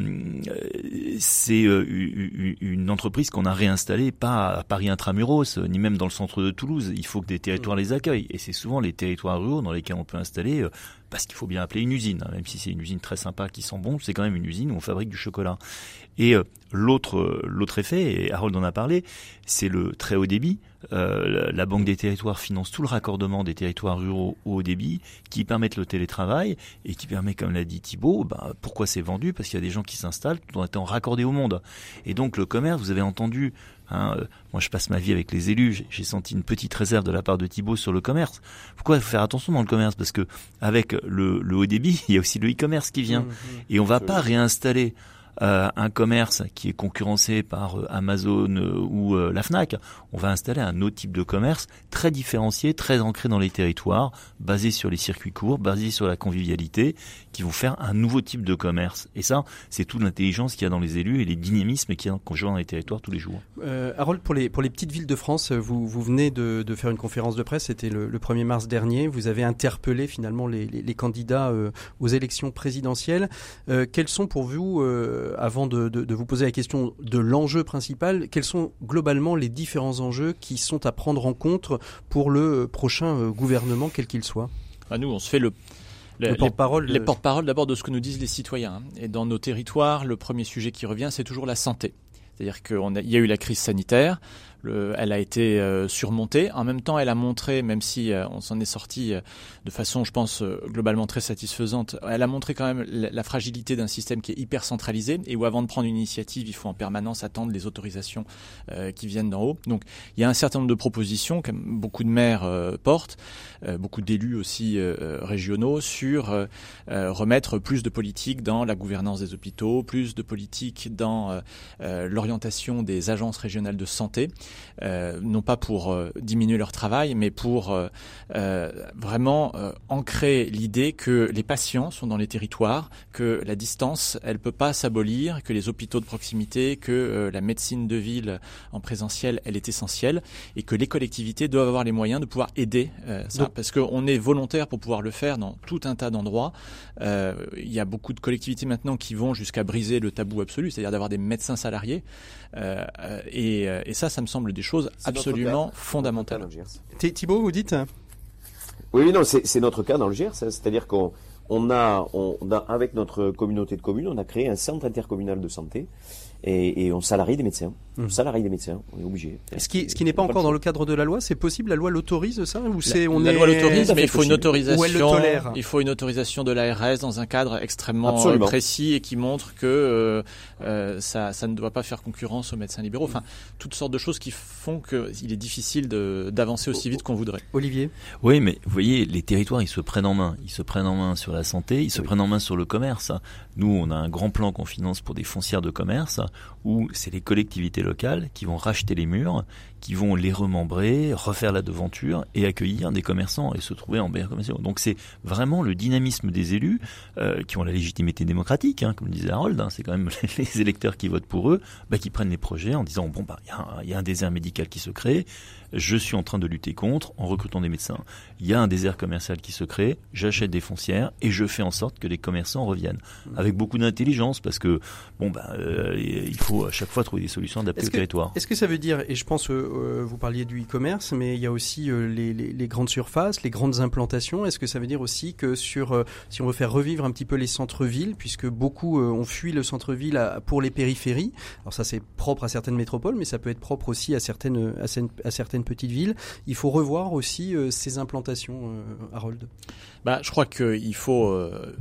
c'est euh, une entreprise qu'on a réinstallée pas à Paris intramuros, ni même dans le centre de Toulouse. Il faut que des territoires les accueillent. Et c'est souvent les territoires ruraux dans lesquels on peut installer, euh, parce qu'il faut bien appeler une usine. Hein, même si c'est une usine très sympa qui sent bon, c'est quand même une usine où on fabrique du chocolat. Et euh, l'autre, euh, l'autre effet, et Harold en a parlé, c'est le très haut débit. Euh, la Banque des territoires finance tout le raccordement des territoires ruraux au haut débit, qui permettent le télétravail et qui permet, comme l'a dit Thibault, bah, pourquoi c'est vendu ? Parce qu'il y a des gens qui s'installent tout en étant raccordés au monde. Et donc le commerce, vous avez entendu, hein, euh, moi je passe ma vie avec les élus, j'ai, j'ai senti une petite réserve de la part de Thibault sur le commerce. Pourquoi il faut faire attention dans le commerce ? Parce que avec le, le haut débit, il y a aussi le e-commerce qui vient. Mmh, mmh, et on va pas réinstaller Euh, un commerce qui est concurrencé par euh, Amazon euh, ou euh, la Fnac. On va installer un autre type de commerce très différencié, très ancré dans les territoires, basé sur les circuits courts, basé sur la convivialité, qui vont faire un nouveau type de commerce. Et ça, c'est toute l'intelligence qu'il y a dans les élus et les dynamismes qu'il y a qu'on joue dans les territoires tous les jours. Euh, Harold, pour les, pour les petites villes de France, vous, vous venez de, de faire une conférence de presse, c'était le, le premier mars dernier. Vous avez interpellé finalement les, les, les candidats euh, aux élections présidentielles. Euh, quels sont pour vous, euh, avant de, de, de vous poser la question de l'enjeu principal, quels sont globalement les différents enjeux qui sont à prendre en compte pour le prochain gouvernement, quel qu'il soit ? Bah nous, on se fait le... Le, le porte-parole, les, les porte-parole d'abord de ce que nous disent les citoyens. Et dans nos territoires, le premier sujet qui revient, c'est toujours la santé. C'est-à-dire qu'il y a eu la crise sanitaire, le, elle a été euh, surmontée. En même temps, elle a montré, même si euh, on s'en est sorti euh, de façon, je pense, euh, globalement très satisfaisante, elle a montré quand même la, la fragilité d'un système qui est hyper centralisé et où avant de prendre une initiative, il faut en permanence attendre les autorisations euh, qui viennent d'en haut. Donc, il y a un certain nombre de propositions que beaucoup de maires euh, portent, euh, beaucoup d'élus aussi euh, régionaux, sur euh, euh, remettre plus de politique dans la gouvernance des hôpitaux, plus de politique dans euh, euh, l'orientation des agences régionales de santé. Euh, non pas pour euh, diminuer leur travail, mais pour euh, euh, vraiment euh, ancrer l'idée que les patients sont dans les territoires, que la distance, elle peut pas s'abolir, que les hôpitaux de proximité, que euh, la médecine de ville en présentiel, elle est essentielle, et que les collectivités doivent avoir les moyens de pouvoir aider euh, ça, Donc, parce qu'on est volontaire pour pouvoir le faire dans tout un tas d'endroits. Euh, il y a beaucoup de collectivités maintenant qui vont jusqu'à briser le tabou absolu, c'est-à-dire d'avoir des médecins salariés, euh, et, et ça, ça me semble des choses c'est absolument fondamentales. Thibault, vous dites ? Oui, non, c'est, c'est notre cas dans le Gers, c'est-à-dire qu'on on a, on a, avec notre communauté de communes, on a créé un centre intercommunal de santé et, et on salarie des médecins. Mmh. On salarie des médecins, on est obligé. Ce qui, ce qui n'est pas encore dans le cadre de la loi, c'est possible, la loi l'autorise ça ou c'est, la, on la est... loi l'autorise, mais il faut une autorisation. Ou elle le tolère. Il faut une autorisation de l'A R S dans un cadre extrêmement Absolument. précis et qui montre que euh, euh, ça, ça ne doit pas faire concurrence aux médecins libéraux. Enfin, toutes sortes de choses qui font qu'il est difficile de, d'avancer aussi vite qu'on voudrait. Olivier ? Oui, mais vous voyez, les territoires, ils se prennent en main. Ils se prennent en main sur la santé, ils se oui. prennent en main sur le commerce. Nous, on a un grand plan qu'on finance pour des foncières de commerce où c'est les collectivités locales qui vont racheter les murs, qui vont les remembrer, refaire la devanture et accueillir des commerçants et se trouver en bailleurs commerciaux. Donc c'est vraiment le dynamisme des élus euh, qui ont la légitimité démocratique, hein, comme le disait Harold, hein, c'est quand même les électeurs qui votent pour eux, bah, qui prennent les projets en disant bon bah il y, y a un désert médical qui se crée, je suis en train de lutter contre en recrutant des médecins. Il y a un désert commercial qui se crée, j'achète des foncières et je fais en sorte que les commerçants reviennent mmh. avec beaucoup d'intelligence parce que bon bah euh, il faut à chaque fois trouver des solutions adaptées est-ce au que, territoire. Est-ce que ça veut dire, et je pense euh, vous parliez du e-commerce, mais il y a aussi euh, les, les, les grandes surfaces, les grandes implantations. Est-ce que ça veut dire aussi que sur euh, si on veut faire revivre un petit peu les centres-villes, puisque beaucoup euh, ont fui le centre-ville à, pour les périphéries. Alors ça c'est propre à certaines métropoles, mais ça peut être propre aussi à certaines à, à certaines certaines petites villes. Il faut revoir aussi euh, ces implantations, euh, Harold. Bah, je crois qu'il faut... Euh...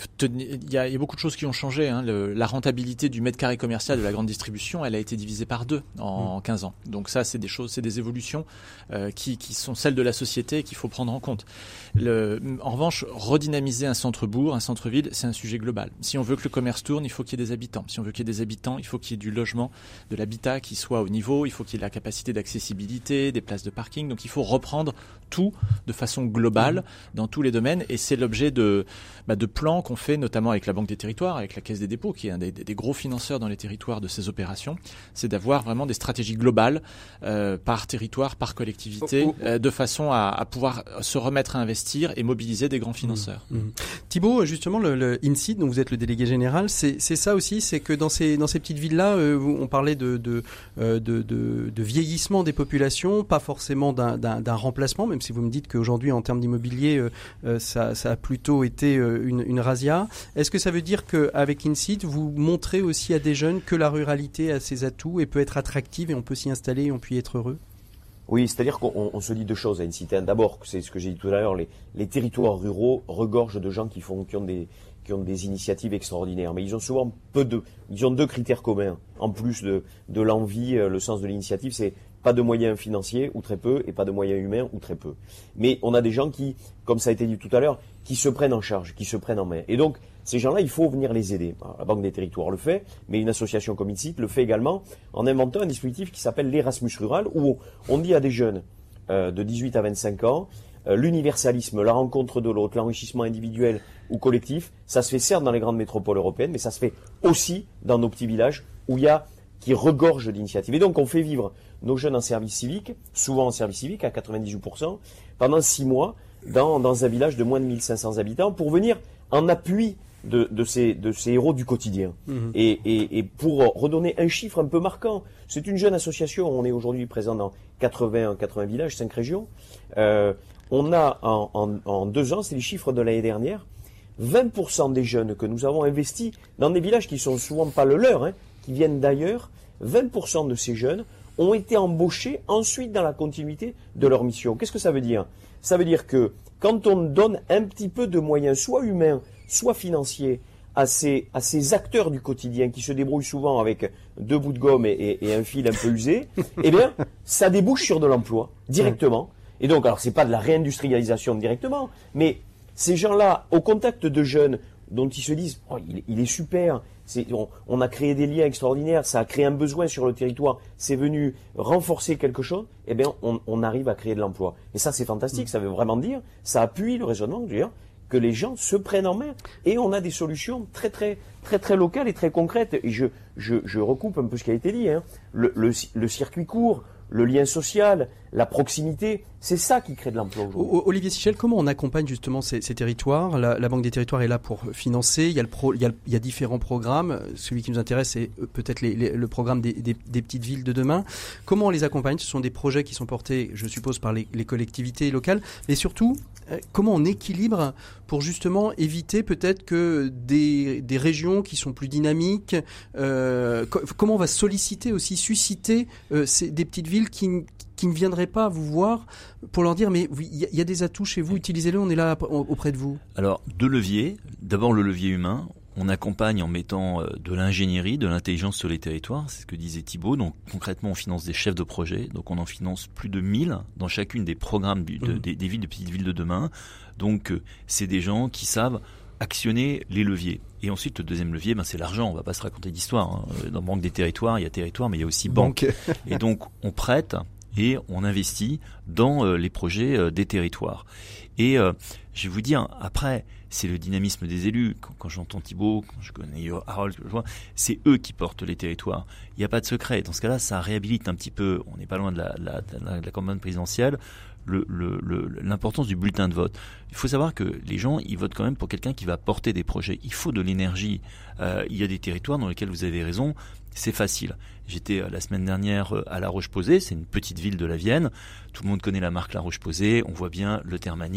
Il y, a, il y a beaucoup de choses qui ont changé. Hein. Le, la rentabilité du mètre carré commercial de la grande distribution, elle a été divisée par deux en, en quinze ans. Donc ça, c'est des choses, c'est des évolutions euh, qui, qui sont celles de la société et qu'il faut prendre en compte. Le, en revanche, redynamiser un centre-bourg, un centre-ville, c'est un sujet global. Si on veut que le commerce tourne, il faut qu'il y ait des habitants. Si on veut qu'il y ait des habitants, il faut qu'il y ait du logement, de l'habitat qui soit au niveau. Il faut qu'il y ait la capacité d'accessibilité, des places de parking. Donc il faut reprendre tout de façon globale dans tous les domaines. Et c'est l'objet de, bah, de plans qu'on fait notamment avec la Banque des Territoires, avec la Caisse des Dépôts, qui est un des, des gros financeurs dans les territoires de ces opérations, c'est d'avoir vraiment des stratégies globales euh, par territoire, par collectivité, oh, oh. Euh, de façon à, à pouvoir se remettre à investir et mobiliser des grands financeurs. Mmh, mmh. Thibaut, justement, le, le INSEAD, dont vous êtes le délégué général, c'est, c'est ça aussi, c'est que dans ces, dans ces petites villes-là, euh, on parlait de, de, euh, de, de, de vieillissement des populations, pas forcément d'un, d'un, d'un remplacement, même si vous me dites qu'aujourd'hui, en termes d'immobilier, euh, euh, ça, ça a plutôt été euh, une, une razzia. Est-ce que ça veut dire qu'avec INSEAD, vous montrez aussi à des jeunes que la ruralité a ses atouts et peut être attractive et on peut s'y installer et on peut y être heureux ? Oui, c'est-à-dire qu'on on se dit deux choses à INSEAD. D'abord, c'est ce que j'ai dit tout à l'heure, les, les territoires ruraux regorgent de gens qui font, qui ont des, qui ont des initiatives extraordinaires. Mais ils ont souvent peu de, ils ont deux critères communs. En plus de, de l'envie, le sens de l'initiative, c'est pas de moyens financiers ou très peu et pas de moyens humains ou très peu. Mais on a des gens qui, comme ça a été dit tout à l'heure, qui se prennent en charge, qui se prennent en main. Et donc, ces gens-là, il faut venir les aider. Alors, la Banque des Territoires le fait, mais une association comme INSEAD le fait également en inventant un dispositif qui s'appelle l'Erasmus Rural, où on dit à des jeunes euh, de dix-huit à vingt-cinq ans, euh, l'universalisme, la rencontre de l'autre, l'enrichissement individuel ou collectif, ça se fait certes dans les grandes métropoles européennes, mais ça se fait aussi dans nos petits villages où il y a qui regorgent d'initiatives. Et donc, on fait vivre nos jeunes en service civique, souvent en service civique à quatre-vingt-dix-huit pour cent, pendant six mois, dans, dans un village de moins de mille cinq cents habitants, pour venir en appui de, de, ces, de ces héros du quotidien. Mmh. Et, et, et pour redonner un chiffre un peu marquant, c'est une jeune association, on est aujourd'hui présent dans quatre-vingts, quatre-vingts villages, cinq régions. Euh, on a en, en, en deux ans, c'est les chiffres de l'année dernière, vingt pour cent des jeunes que nous avons investis dans des villages qui sont souvent pas le leur, hein, qui viennent d'ailleurs, vingt pour cent de ces jeunes ont été embauchés ensuite dans la continuité de leur mission. Qu'est-ce que ça veut dire ? Ça veut dire que quand on donne un petit peu de moyens, soit humains, soit financiers, à ces, à ces acteurs du quotidien qui se débrouillent souvent avec deux bouts de gomme et, et, et un fil un peu usé, eh bien, ça débouche sur de l'emploi, directement. Et donc, alors, c'est pas de la réindustrialisation directement, mais ces gens-là, au contact de jeunes dont ils se disent oh, il, il est super, c'est, on, on a créé des liens extraordinaires, ça a créé un besoin sur le territoire, c'est venu renforcer quelque chose, eh bien on, on arrive à créer de l'emploi. Et ça c'est fantastique, ça veut vraiment dire, ça appuie le raisonnement, je veux dire, que les gens se prennent en main et on a des solutions très très très très locales et très concrètes. Et je, je, je recoupe un peu ce qui a été dit, hein. le, le, le circuit court, le lien social, la proximité, c'est ça qui crée de l'emploi aujourd'hui. Olivier Sichel, comment on accompagne justement ces, ces territoires ? la, la Banque des Territoires est là pour financer, il y a, le pro, il y a, il y a différents programmes. Celui qui nous intéresse, c'est peut-être les, les, le programme des, des, des petites villes de demain. Comment on les accompagne ? Ce sont des projets qui sont portés, je suppose, par les, les collectivités locales. Mais surtout, comment on équilibre pour justement éviter peut-être que des, des régions qui sont plus dynamiques, euh, comment on va solliciter aussi, susciter euh, ces, des petites villes qui, qui ne viendraient pas vous voir pour leur dire mais il y, y a des atouts chez vous, utilisez-le, on est là auprès de vous. Alors, deux leviers. D'abord le levier humain. On accompagne en mettant de l'ingénierie, de l'intelligence sur les territoires, c'est ce que disait Thibaut. Donc concrètement, on finance des chefs de projet. Donc on en finance plus de mille dans chacune des programmes de, de, des, des villes, des petites villes de demain. Donc c'est des gens qui savent actionner les leviers. Et ensuite, le deuxième levier, ben, c'est l'argent. On va pas se raconter d'histoire, hein. Dans Banque des Territoires, il y a territoire, mais il y a aussi banque. Et donc on prête et on investit dans euh, les projets euh, des territoires. Et euh, je vais vous dire, après, c'est le dynamisme des élus. Quand, quand j'entends Thibaut, quand je connais Harold, je vois, c'est eux qui portent les territoires. Il n'y a pas de secret. Dans ce cas-là, ça réhabilite un petit peu, on n'est pas loin de la, de la, de la, de la campagne présidentielle, le, le, le, l'importance du bulletin de vote. Il faut savoir que les gens, ils votent quand même pour quelqu'un qui va porter des projets. Il faut de l'énergie. Euh, il y a des territoires dans lesquels vous avez raison, c'est facile. J'étais euh, la semaine dernière euh, à La Roche-Posay, c'est une petite ville de la Vienne. Tout le monde connaît la marque La Roche-Posay. On voit bien le Thermanic.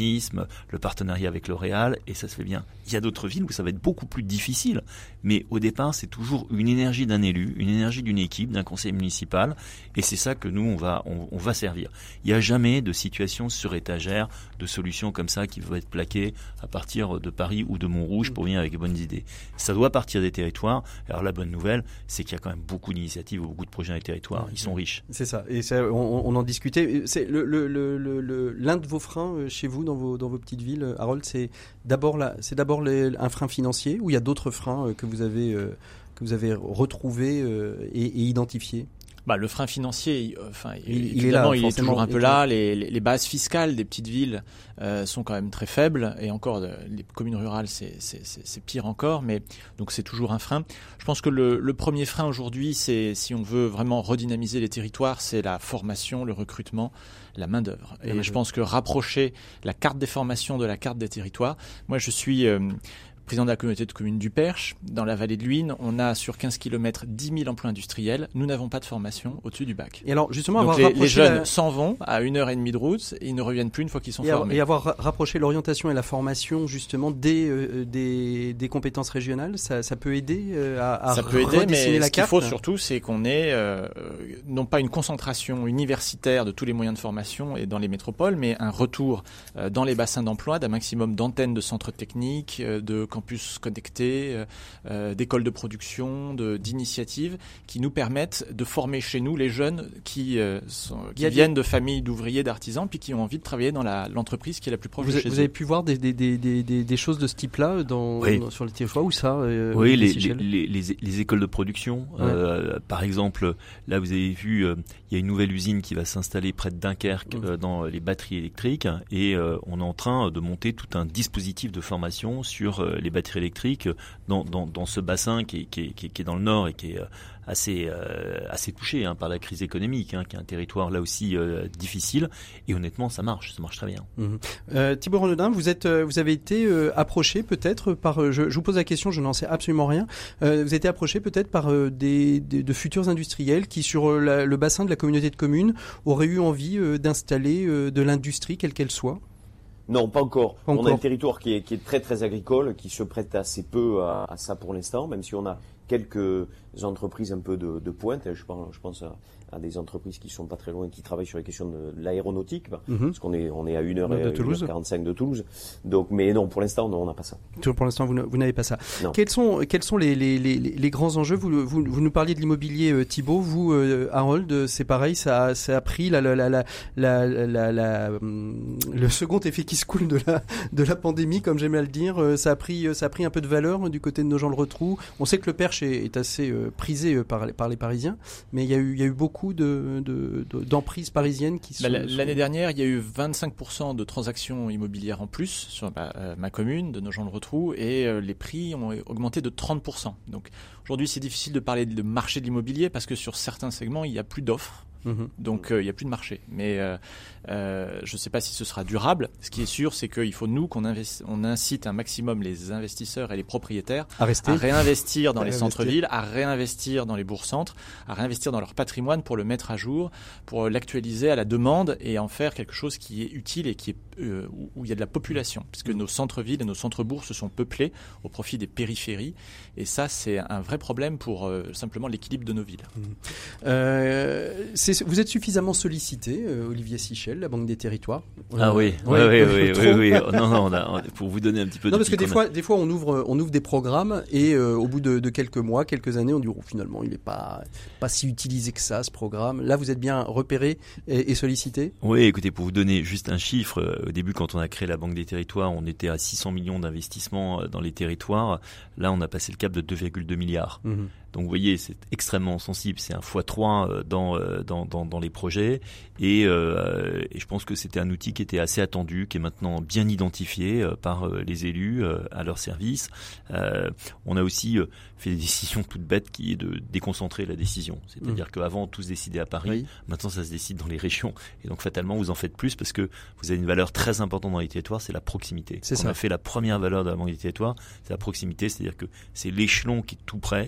l'urbanisme, le partenariat avec L'Oréal, et ça se fait bien. Il y a d'autres villes où ça va être beaucoup plus difficile, mais au départ, c'est toujours une énergie d'un élu, une énergie d'une équipe, d'un conseil municipal, et c'est ça que nous, on va, on, on va servir. Il n'y a jamais de situation sur étagère, de solutions comme ça qui vont être plaquées à partir de Paris ou de Montrouge pour venir avec de bonnes idées. Ça doit partir des territoires. Alors la bonne nouvelle, c'est qu'il y a quand même beaucoup d'initiatives, beaucoup de projets dans les territoires. Ils sont riches. C'est ça. Et ça, on, on en discutait. C'est le, le, le, le, l'un de vos freins chez vous, dans vos, dans vos petites villes, Harold, c'est d'abord, la, c'est d'abord les, un frein financier, ou il y a d'autres freins que vous avez, que vous avez retrouvés et, et identifiés? Bah, le frein financier, enfin, il, évidemment, il est, là, il est toujours un peu là. là. Les, les, les bases fiscales des petites villes euh, sont quand même très faibles, et encore, les communes rurales, c'est, c'est, c'est, c'est pire encore. Mais donc, c'est toujours un frein. Je pense que le, le premier frein aujourd'hui, c'est, si on veut vraiment redynamiser les territoires, c'est la formation, le recrutement, la main d'œuvre. Et je pense que rapprocher la carte des formations de la carte des territoires. Moi, je suis euh, président de la communauté de communes du Perche. Dans la vallée de l'Huisne, on a sur quinze kilomètres dix mille emplois industriels. Nous n'avons pas de formation au-dessus du bac. Et alors, justement, donc avoir les, les jeunes la... s'en vont à une heure et demie de route et ils ne reviennent plus une fois qu'ils sont et formés. Et avoir rapproché l'orientation et la formation, justement, des, euh, des, des compétences régionales, ça, ça peut aider euh, à, à ça peut aider, mais la ce qu'il carte. faut surtout, c'est qu'on ait euh, non pas une concentration universitaire de tous les moyens de formation et dans les métropoles, mais un retour euh, dans les bassins d'emploi d'un maximum d'antennes de centres techniques, euh, de campus connectés, Euh, d'écoles de production, de, d'initiatives qui nous permettent de former chez nous les jeunes qui, euh, sont, qui viennent des... de familles d'ouvriers, d'artisans, puis qui ont envie de travailler dans la, l'entreprise qui est la plus proche vous de a, chez vous eux. Vous avez pu voir des, des, des, des, des choses de ce type-là dans, oui. dans, sur le territoire ou ça euh, Oui, les, les, les, les, les écoles de production. Ouais. Euh, par exemple, là vous avez vu, il euh, y a une nouvelle usine qui va s'installer près de Dunkerque mmh. euh, dans les batteries électriques, et euh, on est en train de monter tout un dispositif de formation sur euh, les batteries électriques Dans, dans, dans ce bassin qui est, qui, est, qui est dans le nord et qui est assez, euh, assez touché hein, par la crise économique, hein, qui est un territoire là aussi euh, difficile. Et honnêtement, ça marche, ça marche très bien. Mmh. Euh, Thibault Renaudin, vous, êtes, vous avez été euh, approché peut-être par, euh, je, je vous pose la question, je n'en sais absolument rien, euh, vous avez été approché peut-être par euh, des, des, de futurs industriels qui, sur euh, la, le bassin de la communauté de communes, auraient eu envie euh, d'installer euh, de l'industrie, quelle qu'elle soit? Non, pas encore. Pas on encore. a un territoire qui est, qui est très très agricole, qui se prête assez peu à, à ça pour l'instant, même si on a quelques entreprises un peu de, de pointe. Je pense, je pense à, à des entreprises qui sont pas très loin, qui travaillent sur les questions de l'aéronautique, mm-hmm. parce qu'on est, on est à une heure quarante-cinq de Toulouse. Donc, mais non, pour l'instant, non, on n'a pas ça. Pour l'instant, vous, ne, vous n'avez pas ça. Non. Quels sont, quels sont les, les, les, les grands enjeux? vous, vous, vous nous parliez de l'immobilier, euh, Thibault. Vous, euh, Harold, c'est pareil, ça, ça a pris la, la, la, la, la, la, la, le second effet qui se coule de la, de la pandémie, comme j'aime à le dire. Euh, ça a pris, ça a pris un peu de valeur du côté de Nogent-le-Rotrou. On sait que le Perche est, est assez euh, prisé euh, par, par les Parisiens, mais il y a eu, il y a eu beaucoup de, de, de d'emprises parisiennes qui bah, sont... L'année sont... dernière, il y a eu vingt-cinq pour cent de transactions immobilières en plus sur ma, euh, ma commune de Nogent-le-Rotrou, et euh, les prix ont augmenté de trente pour cent. Donc aujourd'hui, c'est difficile de parler de marché de l'immobilier parce que sur certains segments, il n'y a plus d'offres. Mmh. Donc il euh, n'y a plus de marché. Mais euh, euh, je ne sais pas si ce sera durable. Ce qui est sûr, c'est qu'il faut nous qu'on investi- on incite un maximum les investisseurs et les propriétaires à, rester. à réinvestir dans à les réinvestir. centres-villes, à réinvestir dans les bourgs-centres, à réinvestir dans leur patrimoine pour le mettre à jour, pour l'actualiser à la demande et en faire quelque chose qui est utile et qui est, euh, où il y a de la population. Puisque nos centres-villes et nos centres-bourgs se sont peuplés au profit des périphéries. Et ça, c'est un vrai problème pour euh, simplement l'équilibre de nos villes. Mmh. Euh, c'est Vous êtes suffisamment sollicité, euh, Olivier Sichel, la Banque des Territoires. Ah oui, oui, oui, oui, oui, oui, oui. Non, non, on a, on a, pour vous donner un petit peu. Non, de parce que des on fois, a... des fois, on ouvre, on ouvre des programmes et euh, au bout de, de quelques mois, quelques années, on dit oh, finalement, il n'est pas, pas si utilisé que ça, ce programme. Là, vous êtes bien repéré et, et sollicité. Oui, écoutez, pour vous donner juste un chiffre, au début, quand on a créé la Banque des Territoires, on était à six cents millions d'investissements dans les territoires. Là, on a passé le cap de deux virgule deux milliards. Mmh. Donc vous voyez, c'est extrêmement sensible, c'est un fois trois dans, dans, dans, dans les projets et, euh, et je pense que c'était un outil qui était assez attendu, qui est maintenant bien identifié euh, par euh, les élus euh, à leur service. Euh, on a aussi euh, fait des décisions toutes bêtes qui est de déconcentrer la décision. C'est-à-dire mmh. qu'avant tout se décidait à Paris, oui. Maintenant ça se décide dans les régions et donc fatalement vous en faites plus parce que vous avez une valeur très importante dans les territoires, c'est la proximité. C'est on ça. a fait la première valeur de la Banque des Territoires, c'est la proximité, c'est-à-dire que c'est l'échelon qui est tout près, qui peut décider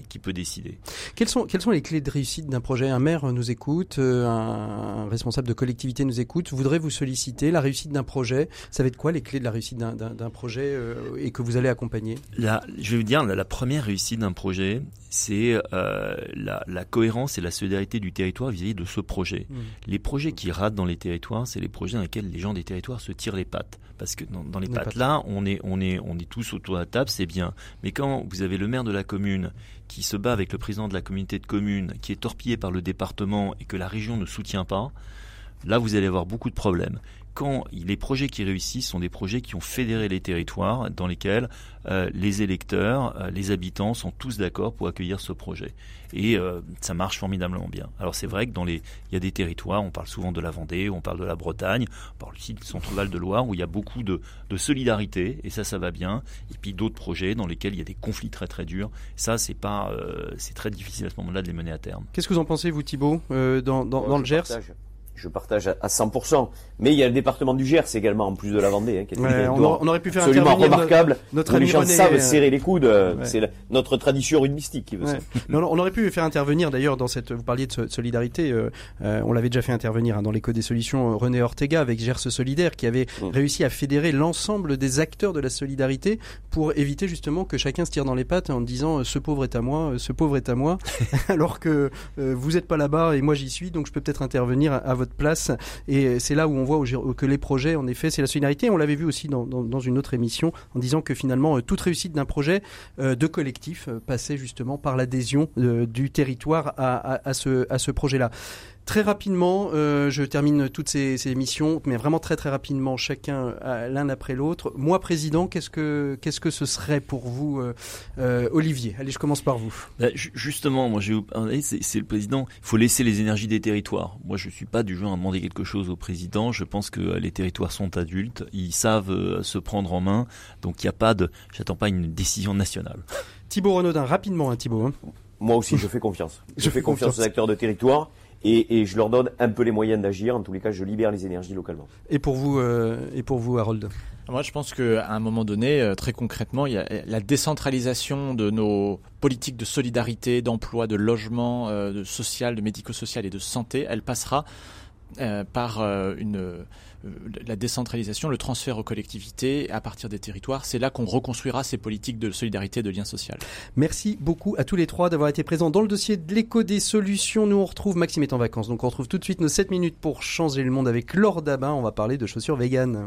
décider. Quelles sont, quelles sont les clés de réussite d'un projet ? Un maire nous écoute, euh, un, un responsable de collectivité nous écoute, voudrait vous solliciter. La réussite d'un projet, ça va être quoi les clés de la réussite d'un, d'un, d'un projet euh, et que vous allez accompagner ? La, je vais vous dire, la, la première réussite d'un projet, c'est euh, la, la cohérence et la solidarité du territoire vis-à-vis de ce projet. Mmh. Les projets qui ratent dans les territoires, c'est les projets dans lesquels les gens des territoires se tirent les pattes. Parce que dans, dans les, les pattes, pattes là, on est, on, est, on est tous autour de la table, c'est bien. Mais quand vous avez le maire de la commune qui se bat avec le président de la communauté de communes, qui est torpillé par le département et que la région ne soutient pas, là vous allez avoir beaucoup de problèmes. Quand les projets qui réussissent sont des projets qui ont fédéré les territoires, dans lesquels euh, les électeurs, euh, les habitants sont tous d'accord pour accueillir ce projet. Et euh, ça marche formidablement bien. Alors c'est vrai que dans les, il y a des territoires, on parle souvent de la Vendée, on parle de la Bretagne, on parle aussi du Centre-Val de Loire, où il y a beaucoup de, de solidarité, et ça, ça va bien. Et puis d'autres projets dans lesquels il y a des conflits très très durs. Ça, c'est pas, euh, c'est très difficile à ce moment-là de les mener à terme. Qu'est-ce que vous en pensez, vous, Thibault, euh, dans, dans, dans le Gers ? Partage. Je partage à cent pour cent. Mais il y a le département du Gers également, en plus de la Vendée, hein, qui est ouais, on, on aurait pu faire absolument remarquable. Notre, notre où les gens René, savent euh, serrer les coudes. Ouais. C'est la, notre tradition rugbyistique qui veut ouais. ça. Mais on, on aurait pu faire intervenir, d'ailleurs, dans cette. Vous parliez de solidarité. Euh, euh, on l'avait déjà fait intervenir hein, dans l'écho des solutions. René Ortega avec Gers Solidaire, qui avait mmh. réussi à fédérer l'ensemble des acteurs de la solidarité pour éviter justement que chacun se tire dans les pattes en disant ce pauvre est à moi, ce pauvre est à moi, alors que euh, vous n'êtes pas là-bas et moi j'y suis, donc je peux peut-être intervenir à, à votre place. Et c'est là où on voit que les projets, en effet, c'est la solidarité. On l'avait vu aussi dans, dans, dans une autre émission en disant que finalement, toute réussite d'un projet euh, de collectif euh, passait justement par l'adhésion euh, du territoire à, à, à, ce, à ce projet-là. Très rapidement, euh, je termine toutes ces, ces émissions, mais vraiment très très rapidement, chacun euh, l'un après l'autre. Moi, président, qu'est-ce que qu'est-ce que ce serait pour vous, euh, euh, Olivier ? Allez, je commence par vous. Bah, justement, moi, j'ai, c'est, c'est le président. Il faut laisser les énergies des territoires. Moi, je suis pas du genre à demander quelque chose au président. Je pense que les territoires sont adultes, ils savent euh, se prendre en main. Donc, il y a pas de, j'attends pas une décision nationale. Thibault Renaudin, rapidement, hein, Thibault. Hein. Moi aussi, je fais confiance. Je, je fais confiance, confiance aux acteurs de territoire. Et, et je leur donne un peu les moyens d'agir. En tous les cas, je libère les énergies localement. Et pour vous, euh, et pour vous, Harold ? Moi, je pense qu'à un moment donné, très concrètement, il y a la décentralisation de nos politiques de solidarité, d'emploi, de logement, euh, de social, de médico-social et de santé. Elle passera euh, par euh, une euh, la décentralisation, le transfert aux collectivités à partir des territoires. C'est là qu'on reconstruira ces politiques de solidarité et de lien social. Merci beaucoup à tous les trois d'avoir été présents dans le dossier de l'écho des solutions. Nous, on retrouve, Maxime est en vacances, donc on retrouve tout de suite nos sept minutes pour changer le monde avec Laure Dabin. On va parler de chaussures véganes.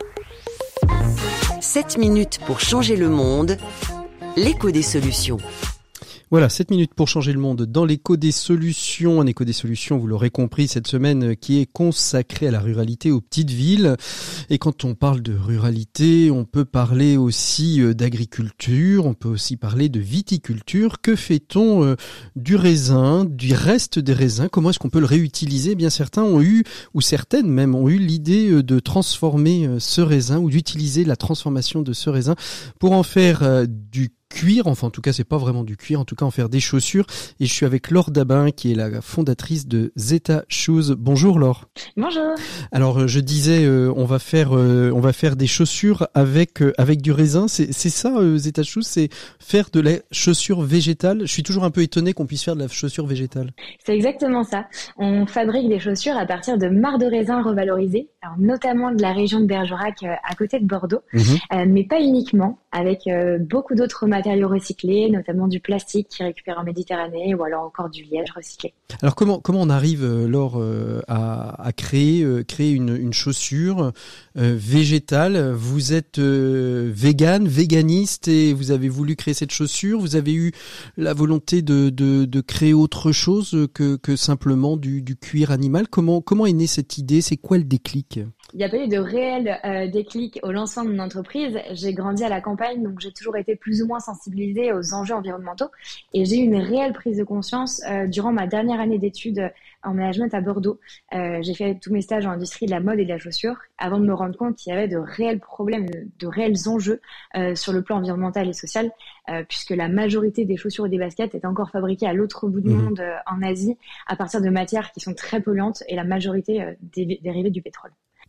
sept minutes pour changer le monde. L'écho des solutions. Voilà, sept minutes pour changer le monde dans l'écho des solutions. Un écho des solutions, vous l'aurez compris, cette semaine qui est consacrée à la ruralité, aux petites villes. Et quand on parle de ruralité, on peut parler aussi d'agriculture, on peut aussi parler de viticulture. Que fait-on euh, du raisin, du reste des raisins ? Comment est-ce qu'on peut le réutiliser ? Bien certains ont eu, ou certaines même, ont eu l'idée de transformer ce raisin ou d'utiliser la transformation de ce raisin pour en faire euh, du cuir, enfin en tout cas c'est pas vraiment du cuir, en tout cas en faire des chaussures. Et je suis avec Laure Dabin qui est la fondatrice de Zeta Shoes. Bonjour Laure. Bonjour. Alors je disais euh, on va faire euh, on va faire des chaussures avec euh, avec du raisin. C'est c'est ça euh, Zeta Shoes, c'est faire de la chaussure végétale. Je suis toujours un peu étonné qu'on puisse faire de la chaussure végétale. C'est exactement ça. On fabrique des chaussures à partir de marcs de raisin revalorisés, alors notamment de la région de Bergerac euh, à côté de Bordeaux, mmh. euh, mais pas uniquement, avec euh, beaucoup d'autres matériaux matériaux recyclés, notamment du plastique qui récupère en Méditerranée ou alors encore du liège recyclé. Alors comment comment on arrive, Laure, euh, à, à créer euh, créer une, une chaussure euh, végétale ? Vous êtes euh, végane, véganiste et vous avez voulu créer cette chaussure. Vous avez eu la volonté de de, de créer autre chose que que simplement du, du cuir animal. Comment comment est née cette idée ? C'est quoi le déclic ? Il n'y a pas eu de réel euh, déclic au lancement de mon entreprise. J'ai grandi à la campagne, donc j'ai toujours été plus ou moins sensibilisée aux enjeux environnementaux. Et j'ai eu une réelle prise de conscience euh, durant ma dernière année d'études en management à Bordeaux. Euh, j'ai fait tous mes stages en industrie de la mode et de la chaussure avant de me rendre compte qu'il y avait de réels problèmes, de, de réels enjeux euh, sur le plan environnemental et social, euh, puisque la majorité des chaussures et des baskets est encore fabriquées à l'autre bout du mmh. monde, euh, en Asie, à partir de matières qui sont très polluantes et la majorité euh, dé- dérivées du pétrole.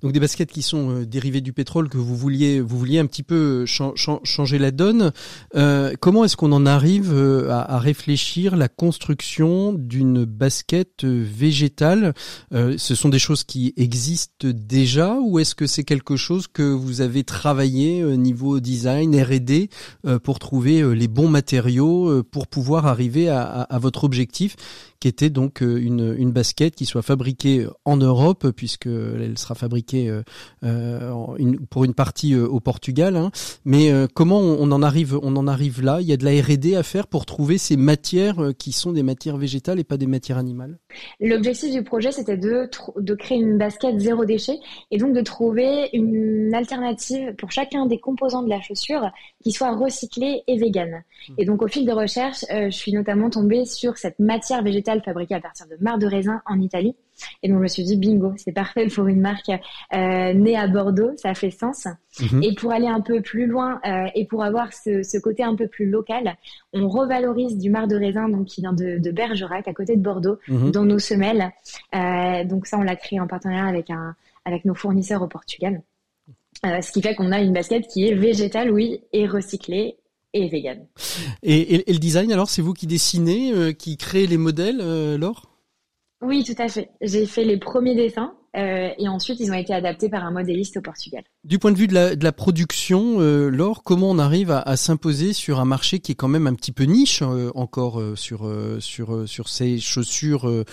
Donc des baskets qui sont euh, dérivées du pétrole, que vous vouliez, vous vouliez un petit peu ch- ch- changer la donne. Euh, comment est-ce qu'on en arrive euh, à, à réfléchir la construction d'une basket euh, végétale? euh, Ce sont des choses qui existent déjà, ou est-ce que c'est quelque chose que vous avez travaillé euh, niveau design, R et D, euh, pour trouver euh, les bons matériaux euh, pour pouvoir arriver à, à, à votre objectif, qui était donc euh, une, une basket qui soit fabriquée en Europe, puisque elle sera fabriquée euh, euh, en une, pour une partie euh, au Portugal. Hein. Mais euh, comment on, on en arrive, on en arrive là? Il y a de la R et D à faire pour trouver ces matières euh, qui sont des matières végétales et pas des matières animales. L'objectif du projet, c'était de, tr- de créer une basket zéro déchet et donc de trouver une alternative pour chacun des composants de la chaussure qui soit recyclé et vegan. Et donc, au fil de recherche, euh, je suis notamment tombée sur cette matière végétale fabriquée à partir de marc de raisin en Italie. Et donc, je me suis dit, bingo, c'est parfait pour une marque euh, née à Bordeaux, ça fait sens. Mmh. Et pour aller un peu plus loin euh, et pour avoir ce, ce côté un peu plus local, on revalorise du marc de raisin donc qui vient de, de Bergerac, à côté de Bordeaux, mmh. dans nos semelles. Euh, donc ça, on l'a créé en partenariat avec, un, avec nos fournisseurs au Portugal. Euh, ce qui fait qu'on a une basket qui est végétale, oui, et recyclée et vegan. Et, et, et le design, alors, c'est vous qui dessinez, euh, qui créez les modèles, euh, Laure ? Oui, tout à fait. J'ai fait les premiers dessins euh, et ensuite ils ont été adaptés par un modéliste au Portugal. Du point de vue de la, de la production, euh, Laure, comment on arrive à, à s'imposer sur un marché qui est quand même un petit peu niche euh, encore euh, sur euh, sur euh, sur ces chaussures euh,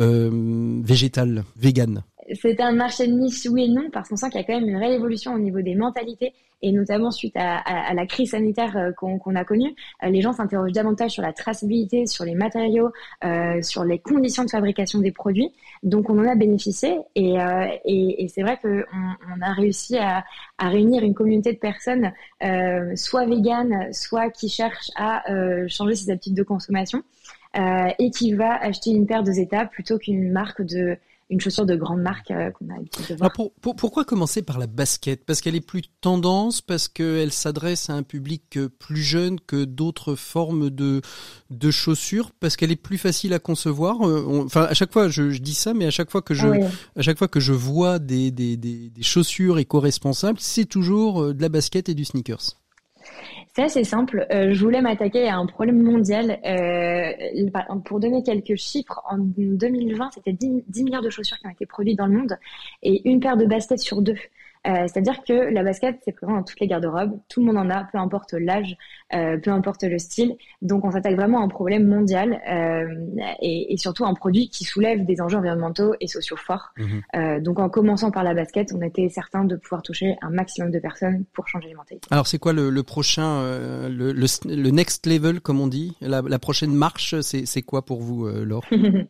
euh, végétales, véganes? C'est un marché de niche, oui et non, parce qu'on sent qu'il y a quand même une réelle évolution au niveau des mentalités, et notamment suite à, à, à la crise sanitaire euh, qu'on, qu'on a connue. Euh, les gens s'interrogent davantage sur la traçabilité, sur les matériaux, euh, sur les conditions de fabrication des produits. Donc, on en a bénéficié, et, euh, et, et c'est vrai qu'on on a réussi à, à réunir une communauté de personnes, euh, soit véganes, soit qui cherchent à euh, changer ses habitudes de consommation, euh, et qui va acheter une paire de Zeta plutôt qu'une marque de une chaussure de grande marque euh, qu'on a l'habitude de voir. Alors pour, pour, pourquoi commencer par la basket? Parce qu'elle est plus tendance, parce qu'elle s'adresse à un public plus jeune que d'autres formes de, de chaussures, parce qu'elle est plus facile à concevoir. Euh, on, enfin, à chaque fois, je, je dis ça, mais à chaque fois que je, oui. à chaque fois que je vois des, des, des, des chaussures éco-responsables, c'est toujours de la basket et du sneakers. C'est assez simple. Euh, je voulais m'attaquer à un problème mondial. Euh, pour donner quelques chiffres, en deux mille vingt, c'était dix milliards de chaussures qui ont été produites dans le monde et une paire de baskets sur deux. Euh, c'est-à-dire que la basket, c'est présent dans toutes les garde-robes. Tout le monde en a, peu importe l'âge, euh, peu importe le style. Donc, on s'attaque vraiment à un problème mondial euh, et, et surtout un produit qui soulève des enjeux environnementaux et sociaux forts. Mmh. Euh, donc, en commençant par la basket, on était certain de pouvoir toucher un maximum de personnes pour changer les mentalités. Alors, c'est quoi le, le prochain, euh, le, le, le next level, comme on dit? La, la prochaine marche, c'est, c'est quoi pour vous, euh, Laure?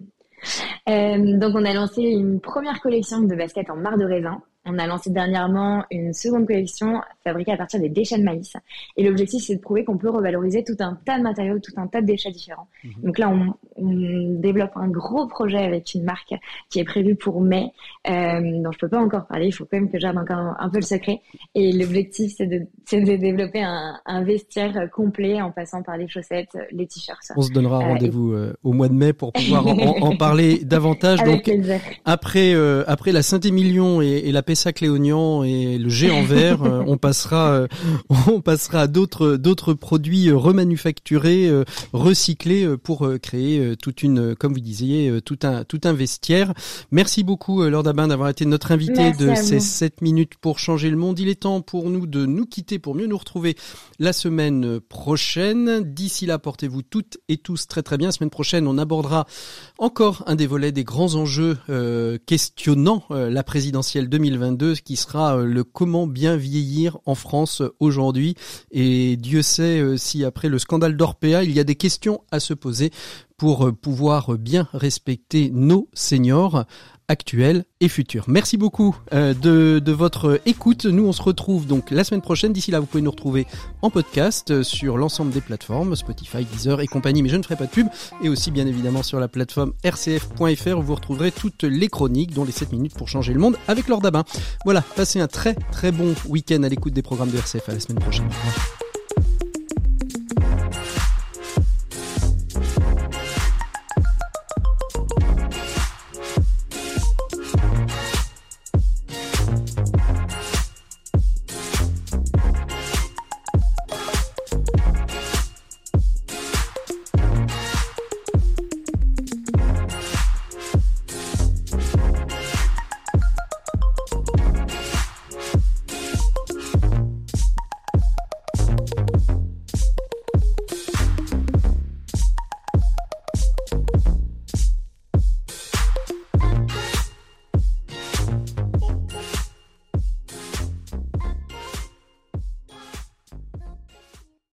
euh, Donc, on a lancé une première collection de baskets en marc de raisin. On a lancé dernièrement une seconde collection fabriquée à partir des déchets de maïs. Et l'objectif, c'est de prouver qu'on peut revaloriser tout un tas de matériaux, tout un tas de déchets différents. Mmh. Donc là, on, on développe un gros projet avec une marque qui est prévue pour mai, euh, dont je peux pas encore parler. Il faut quand même que je garde encore un, un peu le secret. Et l'objectif, c'est de, c'est de développer un, un vestiaire complet en passant par les chaussettes, les t-shirts. On se donnera euh, rendez-vous et... euh, au mois de mai pour pouvoir en, en parler davantage. Avec Donc, plaisir. après, euh, après la Saint-Émilion et, et la Pessac-Léognan et le géant vert, euh, on passera, euh, on passera à d'autres, d'autres produits remanufacturés, euh, recyclés euh, pour euh, créer euh, toute une, comme vous disiez, euh, tout un, tout un vestiaire. Merci beaucoup, euh, Laure Dabin, d'avoir été notre invitée Merci de ces sept minutes pour changer le monde. Il est temps pour nous de nous quitter pour mieux nous retrouver la semaine prochaine. D'ici là, portez-vous toutes et tous très très bien. La semaine prochaine, on abordera encore un des volets des grands enjeux euh, questionnant euh, la présidentielle deux mille vingt-deux, qui sera euh, le comment bien vieillir en France aujourd'hui. Et Dieu sait euh, si après le scandale d'Orpea, il y a des questions à se poser pour euh, pouvoir bien respecter nos seniors actuels et futurs. Merci beaucoup euh, de, de votre écoute. Nous, on se retrouve donc la semaine prochaine. D'ici là, vous pouvez nous retrouver en podcast sur l'ensemble des plateformes, Spotify, Deezer et compagnie, mais je ne ferai pas de pub. Et aussi, bien évidemment, sur la plateforme r c f point f r où vous retrouverez toutes les chroniques, dont les sept minutes pour changer le monde avec Laure Dabin. Voilà, passez un très très bon week-end à l'écoute des programmes de R C F. À la semaine prochaine. Au revoir.